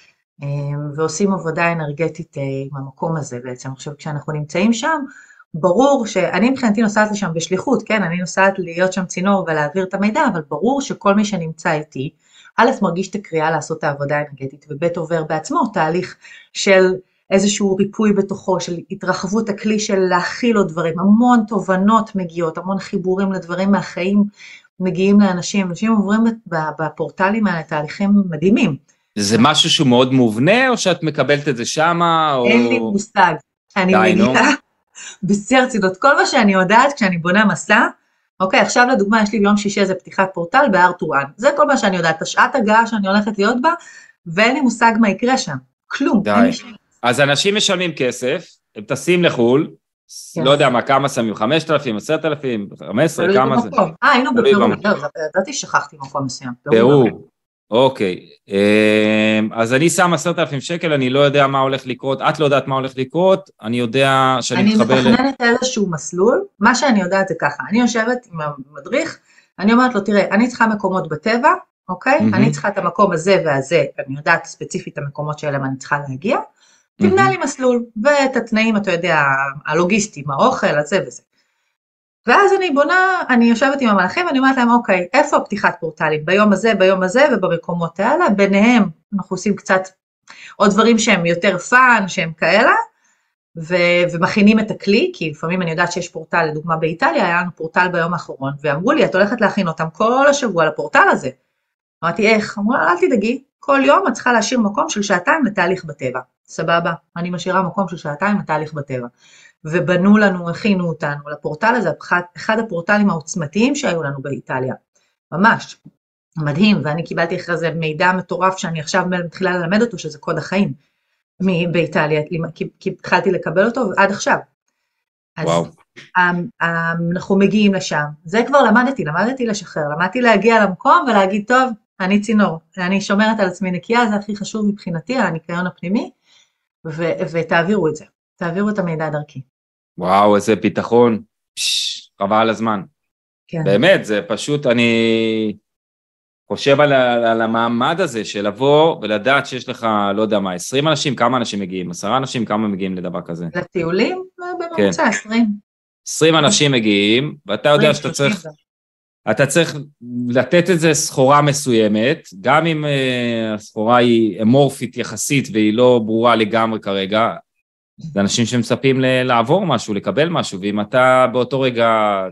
ועושים עבודה אנרגטית עם המקום הזה בעצם. עכשיו כשאנחנו נמצאים שם, ברור שאני מבחינתי נוסעת לשם בשליחות, כן, אני נוסעת להיות שם צינור ולהעביר את המידע, אבל ברור שכל מי שנמצא איתי, א' מרגיש את הקריאה לעשות את העבודה האנרגטית, וב' עובר בעצמו תהליך של איזשהו ריפוי בתוכו, של התרחבות הכלי של להכיל עוד דברים, המון תובנות מגיעות, המון חיבורים לדברים מהחיים מגיעים לאנשים, אנשים עוברים בפורטלים האלה תהליכים מדהימים. זה משהו שהוא מאוד מובנה, או שאת מקבלת את זה שמה? או... אין לי מושג, אני מגיעה בשיא הרצינות, כל מה שאני יודעת כשאני בונה מסע, אוקיי, עכשיו לדוגמה יש לי ביום שישי איזה פתיחת פורטל בהר טורעאן, זה כל מה שאני יודעת, השעת הגעה שאני הולכת להיות בה, ואין לי מושג מה יקרה שם, כלום. די. אז אנשים משלמים כסף, הם טסים לחול, לא יודע מה, כמה שמים, חמשת אלפים, עשרת אלפים, חמש עשרה, כמה זה? אה, היינו בפרו, ידעתי שכחתי מקום מסוים. פרו, אוקיי, אז אני שם עשרת אלפים שקל, אני לא יודע מה הולך לקרות, את לא יודעת מה הולך לקרות, אני יודע שאני מתחבר... אני מתכננת איזשהו מסלול, מה שאני יודעת זה ככה, אני יושבת עם המדריך, אני אומרת לו, תראה, אני צריכה מקומות בטבע, אוקיי? אני צריכה את המקום הזה והזה, אני יודעת ספציפית המקומות שאליהם אני צריכה להגיע, תבנה לי מסלול, ואת התנאים, אתה יודע, הלוגיסטיים, האוכל, הזה וזה. ואז אני בונה, אני יושבת עם המלאכים, ואני אומרת להם, אוקיי, איפה הפתיחת פורטלים? ביום הזה, ביום הזה, ובמקומות האלה, ביניהם אנחנו עושים קצת עוד דברים שהם יותר פאן, שהם כאלה, ו- ומכינים את הכלי, כי לפעמים אני יודעת שיש פורטל, לדוגמה באיטליה, היה לנו פורטל ביום האחרון, ואמרו לי, את הולכת להכין אותם כל השבוע לפורטל הזה. אמרתי, איך? אמרו, אל תדאגי, כל יום את צריכה להשאיר מקום של שעתיים לתהליך בטבע. סבבה, אני משאירה מקום של שעתיים לתהליך בטבע. ובנו לנו, הכינו אותנו לפורטל הזה, אחד הפורטלים העוצמתיים שהיו לנו באיטליה. ממש, מדהים, ואני קיבלתי אחרי זה מידע מטורף שאני עכשיו מתחילה ללמד אותו, שזה קוד החיים באיטליה, כי התחלתי לקבל אותו עד עכשיו. וואו. אז אנחנו מגיעים לשם, זה כבר למדתי, למדתי לשחרר, למדתי להגיע למקום ולהגיד, טוב, אני צינור, אני שומרת על עצמי נקייה, זה הכי חשוב מבחינתי, הניקיון הפנימי, ו- ותעבירו את זה, תעבירו את המידע דרכי. וואו, איזה ביטחון, חבל על הזמן. כן. באמת, זה פשוט, אני חושב על, על המעמד הזה, של לבוא ולדעת שיש לך, לא יודע מה, עשרים אנשים, כמה אנשים מגיעים, עשרה אנשים, כמה מגיעים לדבר כזה? לטיולים? בממוצע, עשרים. עשרים אנשים מגיעים, ואתה יודע שאתה צריך... אתה צריך לתת את זה סחורה מסוימת, גם אם uh, הסחורה היא אמורפית יחסית והיא לא ברורה לגמרי כרגע, זה אנשים שמצפים ל- לעבור משהו, לקבל משהו, ואם אתה באותו רגע,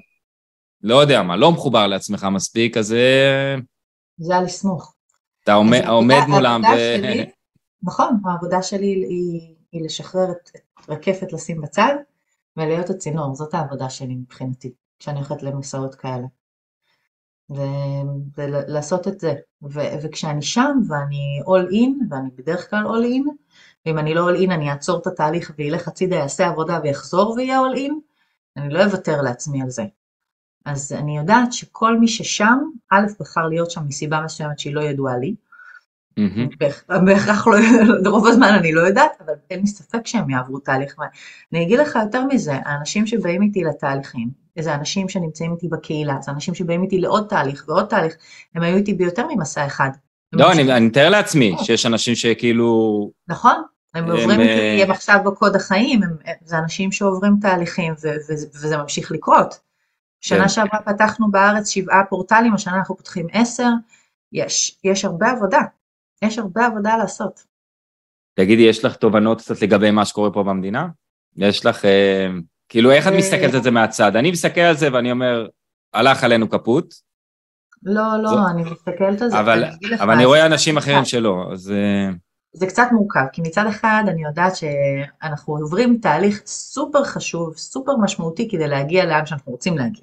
לא יודע מה, לא מחובר לעצמך מספיק, אז זה... זה על לסמוך. אתה עומד, עומד מולם ו... שלי, נכון, העבודה שלי היא, היא לשחרר את, את רקפת לשים בצד, ולהיות הצינור, זאת העבודה שלי מבחינתי, כשאני הולכת למסעות כאלה. ולעשות את זה, ו- וכשאני שם ואני all in, ואני בדרך כלל all in, ואם אני לא all in אני אעצור את התהליך וילך הצידה, יעשה עבודה ויחזור ויהיה all in, אני לא אוותר לעצמי על זה. אז אני יודעת שכל מי ששם, א' בחר להיות שם מסיבה מסוימת שהיא לא ידועה לי, בהכרח לא, רוב הזמן אני לא יודעת, אבל אין לי ספק שהם יעברו תהליך. אני אגיד לך יותר מזה, האנשים שבאים איתי לתהליכים, זה אנשים שנמצאים איתי בקהילה, זה אנשים שבאים איתי לעוד תהליך ועוד תהליך, הם היו איתי ביותר ממסע אחד. לא, אני מתאר לעצמי שיש אנשים שכאילו... נכון, הם עוברים איתי, הם עכשיו בקוד החיים, זה אנשים שעוברים תהליכים וזה ממשיך לקרות. שנה שעברה פתחנו בארץ שבעה פורטלים, השנה אנחנו פותחים עשר, יש הרבה עבודה. יש הרבה עבודה לעשות. תגידי, יש לך תובנות קצת לגבי מה שקורה פה במדינה? יש לך, אה, כאילו, איך את מסתכלת על זה מהצד? אני מסתכל על זה ואני אומר, הלך עלינו כפות. לא, לא, זו... אני מסתכלת על זה. אבל אני, אבל אני רואה אנשים אחרים שלא, אז... זה קצת מורכב, כי מצד אחד אני יודעת שאנחנו עוברים תהליך סופר חשוב, סופר משמעותי, כדי להגיע לאן שאנחנו רוצים להגיע.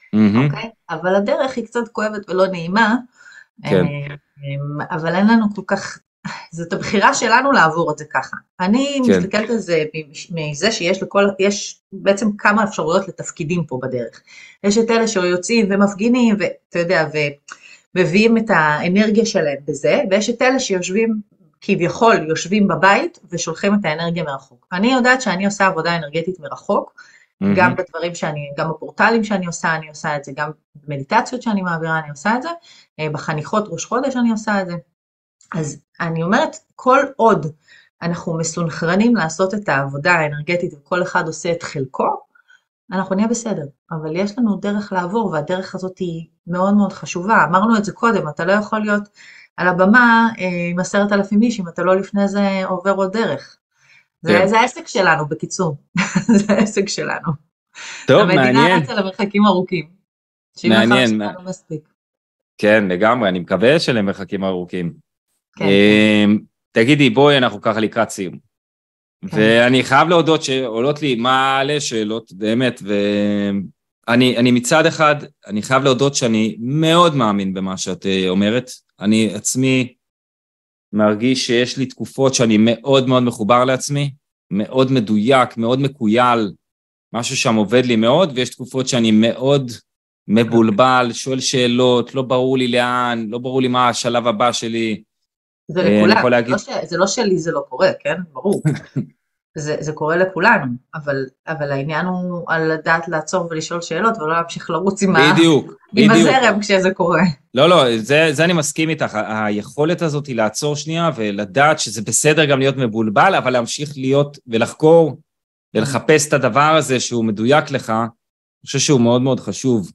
אוקיי? אבל הדרך היא קצת כואבת ולא נעימה, כן. אבל אין לנו כל כך, זאת הבחירה שלנו לעבור את זה ככה. אני כן. מסתכלת על זה מזה שיש לכל, יש בעצם כמה אפשרויות לתפקידים פה בדרך. יש את אלה שיוצאים ומפגינים, ואתה יודע, ומביאים את האנרגיה שלהם בזה, ויש את אלה שיושבים, כביכול יושבים בבית, ושולחים את האנרגיה מרחוק. אני יודעת שאני עושה עבודה אנרגטית מרחוק, mm-hmm. גם בדברים שאני, גם בפורטלים שאני עושה, אני עושה את זה, גם במדיטציות שאני מעבירה, אני עושה את זה, בחניכות ראש חודש אני עושה את זה. אז אני אומרת, כל עוד אנחנו מסונכרנים לעשות את העבודה האנרגטית, וכל אחד עושה את חלקו, אנחנו נהיה בסדר. אבל יש לנו דרך לעבור, והדרך הזאת היא מאוד מאוד חשובה. אמרנו את זה קודם, אתה לא יכול להיות על הבמה עם עשרת אלפים איש, אם אתה לא לפני זה עובר עוד דרך. זה, זה העסק שלנו, בקיצור. זה העסק שלנו. טוב, מעניין. המדינה רצה למרחקים ארוכים. מעניין. מספיק. כן, לגמרי, אני מקווה שלמרחקים ארוכים. כן. תגידי, בואי, אנחנו ככה לקראת סיום. כן. ואני חייב להודות שעולות לי מעלה שאלות, באמת, ואני אני מצד אחד, אני חייב להודות שאני מאוד מאמין במה שאת אומרת. אני עצמי מרגיש שיש לי תקופות שאני מאוד מאוד מחובר לעצמי, מאוד מדויק, מאוד מקוייל, משהו שם עובד לי מאוד, ויש תקופות שאני מאוד מבולבל, שואל שאלות, לא ברור לי לאן, לא ברור לי מה השלב הבא שלי. זה לכולם, להגיד... לא ש... זה לא שלי זה לא קורה, כן? ברור. זה, זה קורה לכולנו, אבל, אבל העניין הוא על לדעת לעצור ולשאול שאלות, ולא להמשיך לרוץ עם, בדיוק, ה... עם הזרם כשזה קורה. לא, לא, זה, זה אני מסכים איתך, היכולת הזאת היא לעצור שנייה, ולדעת שזה בסדר גם להיות מבולבל, אבל להמשיך להיות ולחקור, ולחפש את הדבר הזה שהוא מדויק לך, אני חושב שהוא מאוד מאוד חשוב.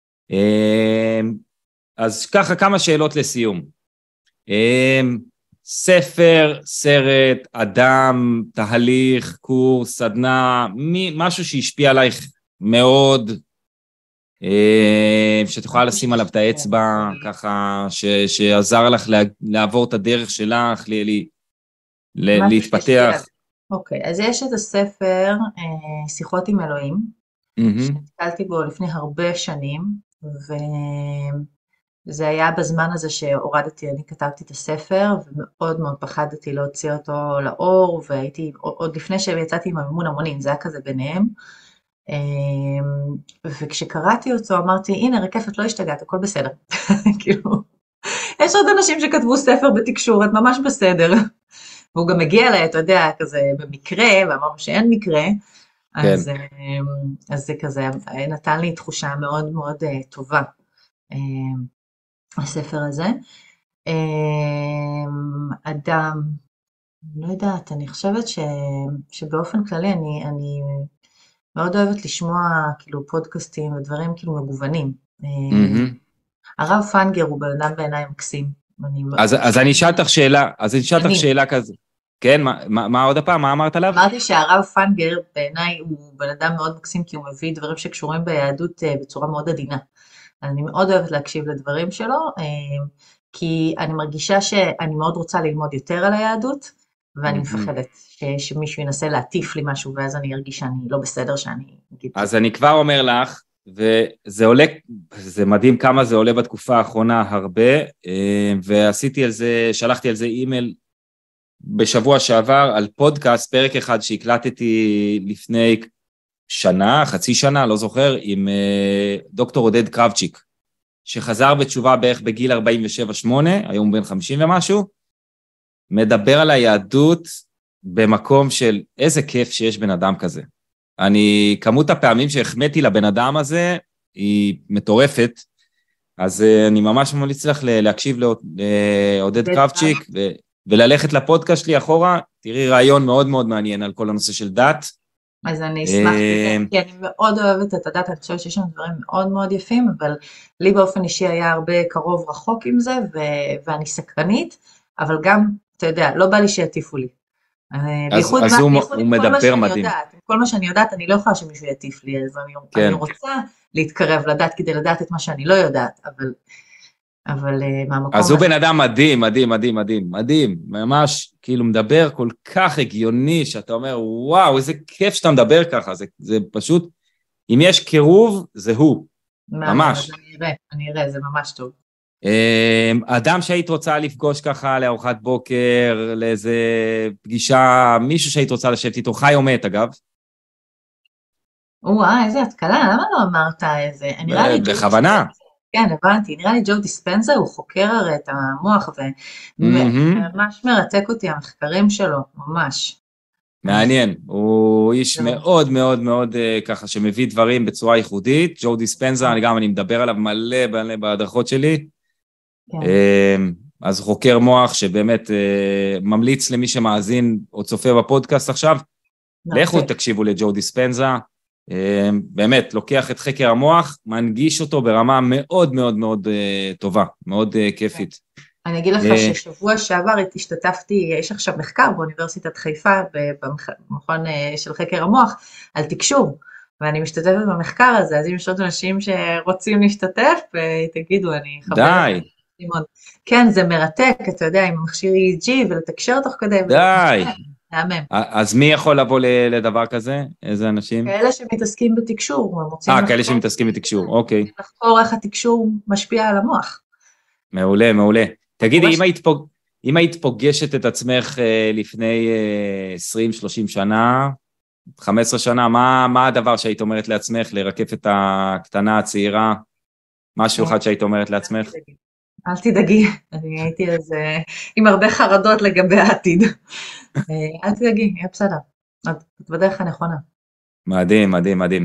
אז ככה כמה שאלות לסיום. ספר, סרט, אדם, תהליך, קורס, סדנה, משהו שהשפיע עלייך מאוד, שאת יכולה לשים עליו את האצבע, ככה שעזר לך לעבור את הדרך שלך, להתפתח. אוקיי, אז יש את הספר שיחות עם אלוהים, שנתקלתי בו לפני הרבה שנים, וזה היה בזמן הזה שהורדתי, אני כתבתי את הספר, ומאוד מאוד פחדתי להוציא אותו לאור, והייתי, עוד לפני שיצאתי עם המימון המונים, זה היה כזה ביניהם, וכשקראתי אותו אמרתי, הנה רקפת לא השתגעת, הכל בסדר, כאילו, יש עוד אנשים שכתבו ספר בתקשורת, ממש בסדר, והוא גם הגיע אליי, אתה יודע, כזה במקרה, ואמרנו שאין מקרה, אז, כן. אז זה כזה, נתן לי תחושה מאוד מאוד טובה, הספר הזה. אדם, לא יודעת, אני חושבת ש, שבאופן כללי אני, אני מאוד אוהבת לשמוע כאילו פודקאסטים ודברים כאילו מגוונים. Mm-hmm. הרב פנגר הוא בן אדם בעיניי מקסים. אז, אז אני אשאל אותך שאלה, אז אני אשאל אותך שאלה כזו. כן, מה, מה, מה עוד הפעם? מה אמרת עליו? אמרתי שהרב פנגר בעיניי הוא בן אדם מאוד מקסים, כי הוא מביא דברים שקשורים ביהדות בצורה מאוד עדינה. אני מאוד אוהבת להקשיב לדברים שלו, כי אני מרגישה שאני מאוד רוצה ללמוד יותר על היהדות, ואני מפחדת ש, שמישהו ינסה להטיף לי משהו, ואז אני ארגיש שאני לא בסדר שאני אגיד. אז אני כבר אומר לך, וזה עולה, זה מדהים כמה זה עולה בתקופה האחרונה הרבה, ועשיתי על זה, שלחתי על זה אימייל בשבוע שעבר על פודקאסט, פרק אחד שהקלטתי לפני שנה, חצי שנה, לא זוכר, עם דוקטור עודד קרבצ'יק, שחזר בתשובה בערך בגיל ארבעים ושבע שמונה, היום בן חמישים ומשהו, מדבר על היהדות במקום של איזה כיף שיש בן אדם כזה. אני, כמות הפעמים שהחמאתי לבן אדם הזה היא מטורפת, אז אני ממש ממליץ לך להקשיב לעודד קרבצ'יק, ו, וללכת לפודקאסט שלי אחורה, תראי רעיון מאוד מאוד מעניין על כל הנושא של דת. אז אני אשמח, כי אני מאוד אוהבת את הדת, אני חושבת שיש שם דברים מאוד מאוד יפים, אבל לי באופן אישי היה הרבה קרוב רחוק עם זה, ואני סקרנית, אבל גם, אתה יודע, לא בא לי שיטיפו לי. אז, אז הוא, הוא מדבר מדהים. יודעת, כל מה שאני יודעת, אני לא יכולה שמישהו יטיף לי, אז אני, כן. אני רוצה להתקרב לדעת כדי לדעת את מה שאני לא יודעת, אבל, אבל מהמקום... אז הוא בן אדם מדהים, מדהים, מדהים, מדהים, מדהים, ממש כאילו מדבר כל כך הגיוני, שאתה אומר, וואו, איזה כיף שאתה מדבר ככה, זה, זה פשוט, אם יש קירוב, זה הוא. ממש. אני אראה, אני אראה, זה ממש טוב. אדם שהיית רוצה לפגוש ככה לארוחת בוקר, לאיזה פגישה, מישהו שהיית רוצה לשבת איתו, חי או מת אגב? וואי, איזה התקלה, למה לא אמרת איזה? נראה לי ג'ו בכוונה. דיספנזה. כן, הבנתי, נראה לי ג'ו דיספנזה, הוא חוקר הרי את המוח, וממש מרתק אותי המחקרים שלו, ממש. מעניין, הוא איש מאוד מאוד מאוד ככה שמביא דברים בצורה ייחודית, ג'ו דיספנזה, אני גם אני מדבר עליו מלא בהדרכות שלי, אז חוקר מוח שבאמת ממליץ למי שמאזין או צופה בפודקאסט עכשיו, לכו תקשיבו לג'ו דיספנזה, באמת לוקח את חקר המוח, מנגיש אותו ברמה מאוד מאוד מאוד טובה, מאוד כיפית. אני אגיד לך ששבוע שעבר השתתפתי, יש עכשיו מחקר באוניברסיטת חיפה, במכון של חקר המוח, על תקשור, ואני משתתפת במחקר הזה, אז אם יש עוד אנשים שרוצים להשתתף, תגידו, אני חבר. די. כן, זה מרתק, אתה יודע, עם המכשיר E E G ולתקשר תוך כדי. די. נאמם. אז מי יכול לבוא לדבר כזה? איזה אנשים? כאלה שמתעסקים בתקשור. אה, כאלה שמתעסקים בתקשור, אוקיי. לחקור איך התקשור משפיע על המוח. מעולה, מעולה. תגידי, אם היית פוגשת את עצמך לפני עשרים שלושים שנה, חמש עשרה שנה, מה הדבר שהיית אומרת לעצמך, לרקף את הקטנה הצעירה, משהו אחד שהיית אומרת לעצמך? אל תדאגי, אני הייתי אז עם הרבה חרדות לגבי העתיד. אל תדאגי, יהיה בסדר. את בדרך הנכונה. מדהים, מדהים, מדהים.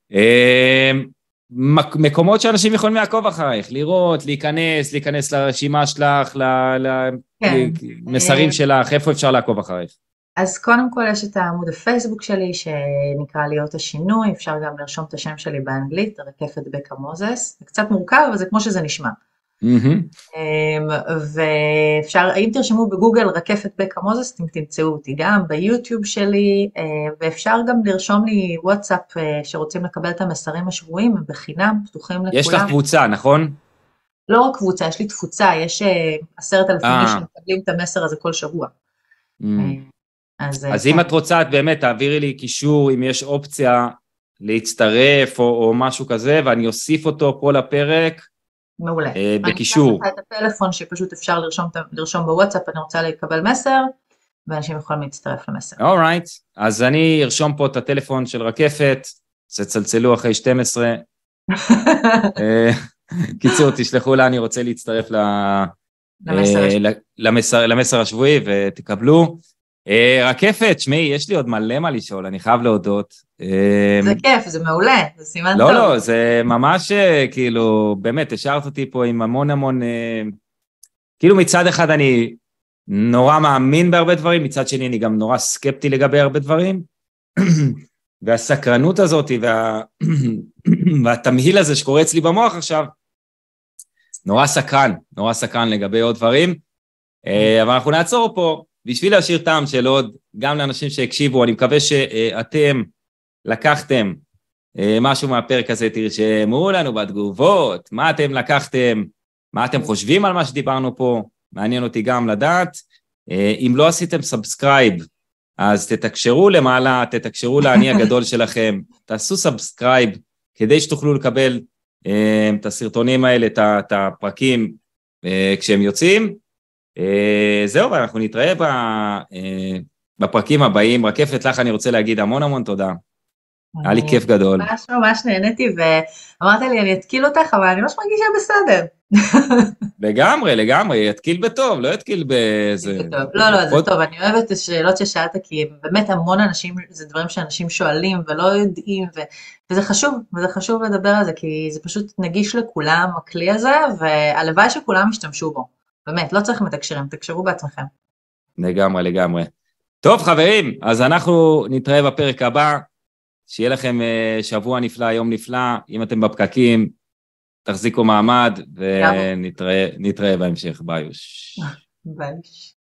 מקומות שאנשים יכולים לעקוב אחריך, לראות, להיכנס, להיכנס לרשימה שלך, למסרים שלך, איפה אפשר לעקוב אחריך? אז קודם כל יש את העמוד הפייסבוק שלי, שנקרא להיות השינוי, אפשר גם לרשום את השם שלי באנגלית, רקפת בקה מוזס, זה קצת מורכב, אבל זה כמו שזה נשמע. ואפשר, אם תרשמו בגוגל רקפת בקה מוזס, אתם תמצאו אותי גם ביוטיוב שלי, ואפשר גם לרשום לי וואטסאפ שרוצים לקבל את המסרים השבועיים, הם בחינם, פתוחים לכולם. יש לך קבוצה, נכון? לא רק קבוצה, יש לי תפוצה, יש עשרת אלפים שמקבלים את המסר הזה כל שבוע. אז אם את רוצה, את באמת תעבירי לי קישור, אם יש אופציה להצטרף או משהו כזה, ואני אוסיף אותו פה לפרק, מעולה. בקישור. אני אקח לך את הפלאפון שפשוט אפשר לרשום, לרשום בוואטסאפ, אני רוצה לקבל מסר, ואנשים יכולים להצטרף למסר. אורייט, אז אני ארשום פה את הטלפון של רקפת, תצלצלו אחרי שתים עשרה. קיצור, תשלחו לה, אני רוצה להצטרף למסר השבועי, ותקבלו. רקפת, שמי, יש לי עוד מלא מה לשאול, אני חייב להודות. זה כיף, זה מעולה, זה סימן טוב. לא, לא, זה ממש כאילו, באמת, השארת אותי פה עם המון המון, כאילו מצד אחד אני נורא מאמין בהרבה דברים, מצד שני אני גם נורא סקפטי לגבי הרבה דברים, והסקרנות הזאת וה... והתמהיל הזה שקורה אצלי במוח עכשיו, נורא סקרן, נורא סקרן לגבי עוד דברים, אבל אנחנו נעצור פה, בשביל להשאיר טעם של עוד, גם לאנשים שהקשיבו, אני מקווה שאתם לקחתם משהו מהפרק הזה, תרשמו לנו בתגובות, מה אתם לקחתם, מה אתם חושבים על מה שדיברנו פה, מעניין אותי גם לדעת, אם לא עשיתם סאבסקרייב, אז תתקשרו למעלה, תתקשרו לעני הגדול שלכם, תעשו סאבסקרייב, כדי שתוכלו לקבל את הסרטונים האלה, את הפרקים כשהם יוצאים, זהו, אנחנו נתראה בפרקים הבאים. רקפת, לך אני רוצה להגיד המון המון תודה. היה לי כיף גדול. ממש ממש נהניתי, ואמרת לי, אני אתקיל אותך, אבל אני ממש מרגישה בסדר. לגמרי, לגמרי, יתקיל בטוב, לא יתקיל באיזה... לא, לא, זה טוב, אני אוהבת את השאלות ששאלת, כי באמת המון אנשים, זה דברים שאנשים שואלים ולא יודעים, וזה חשוב, וזה חשוב לדבר על זה, כי זה פשוט נגיש לכולם, הכלי הזה, והלוואי שכולם ישתמשו בו. באמת, לא צריך מתקשרים, תקשרו בעצמכם. לגמרי, לגמרי. טוב, חברים, אז אנחנו נתראה בפרק הבא, שיהיה לכם שבוע נפלא, יום נפלא, אם אתם בפקקים, תחזיקו מעמד, ונתראה בהמשך. ביי. ביי.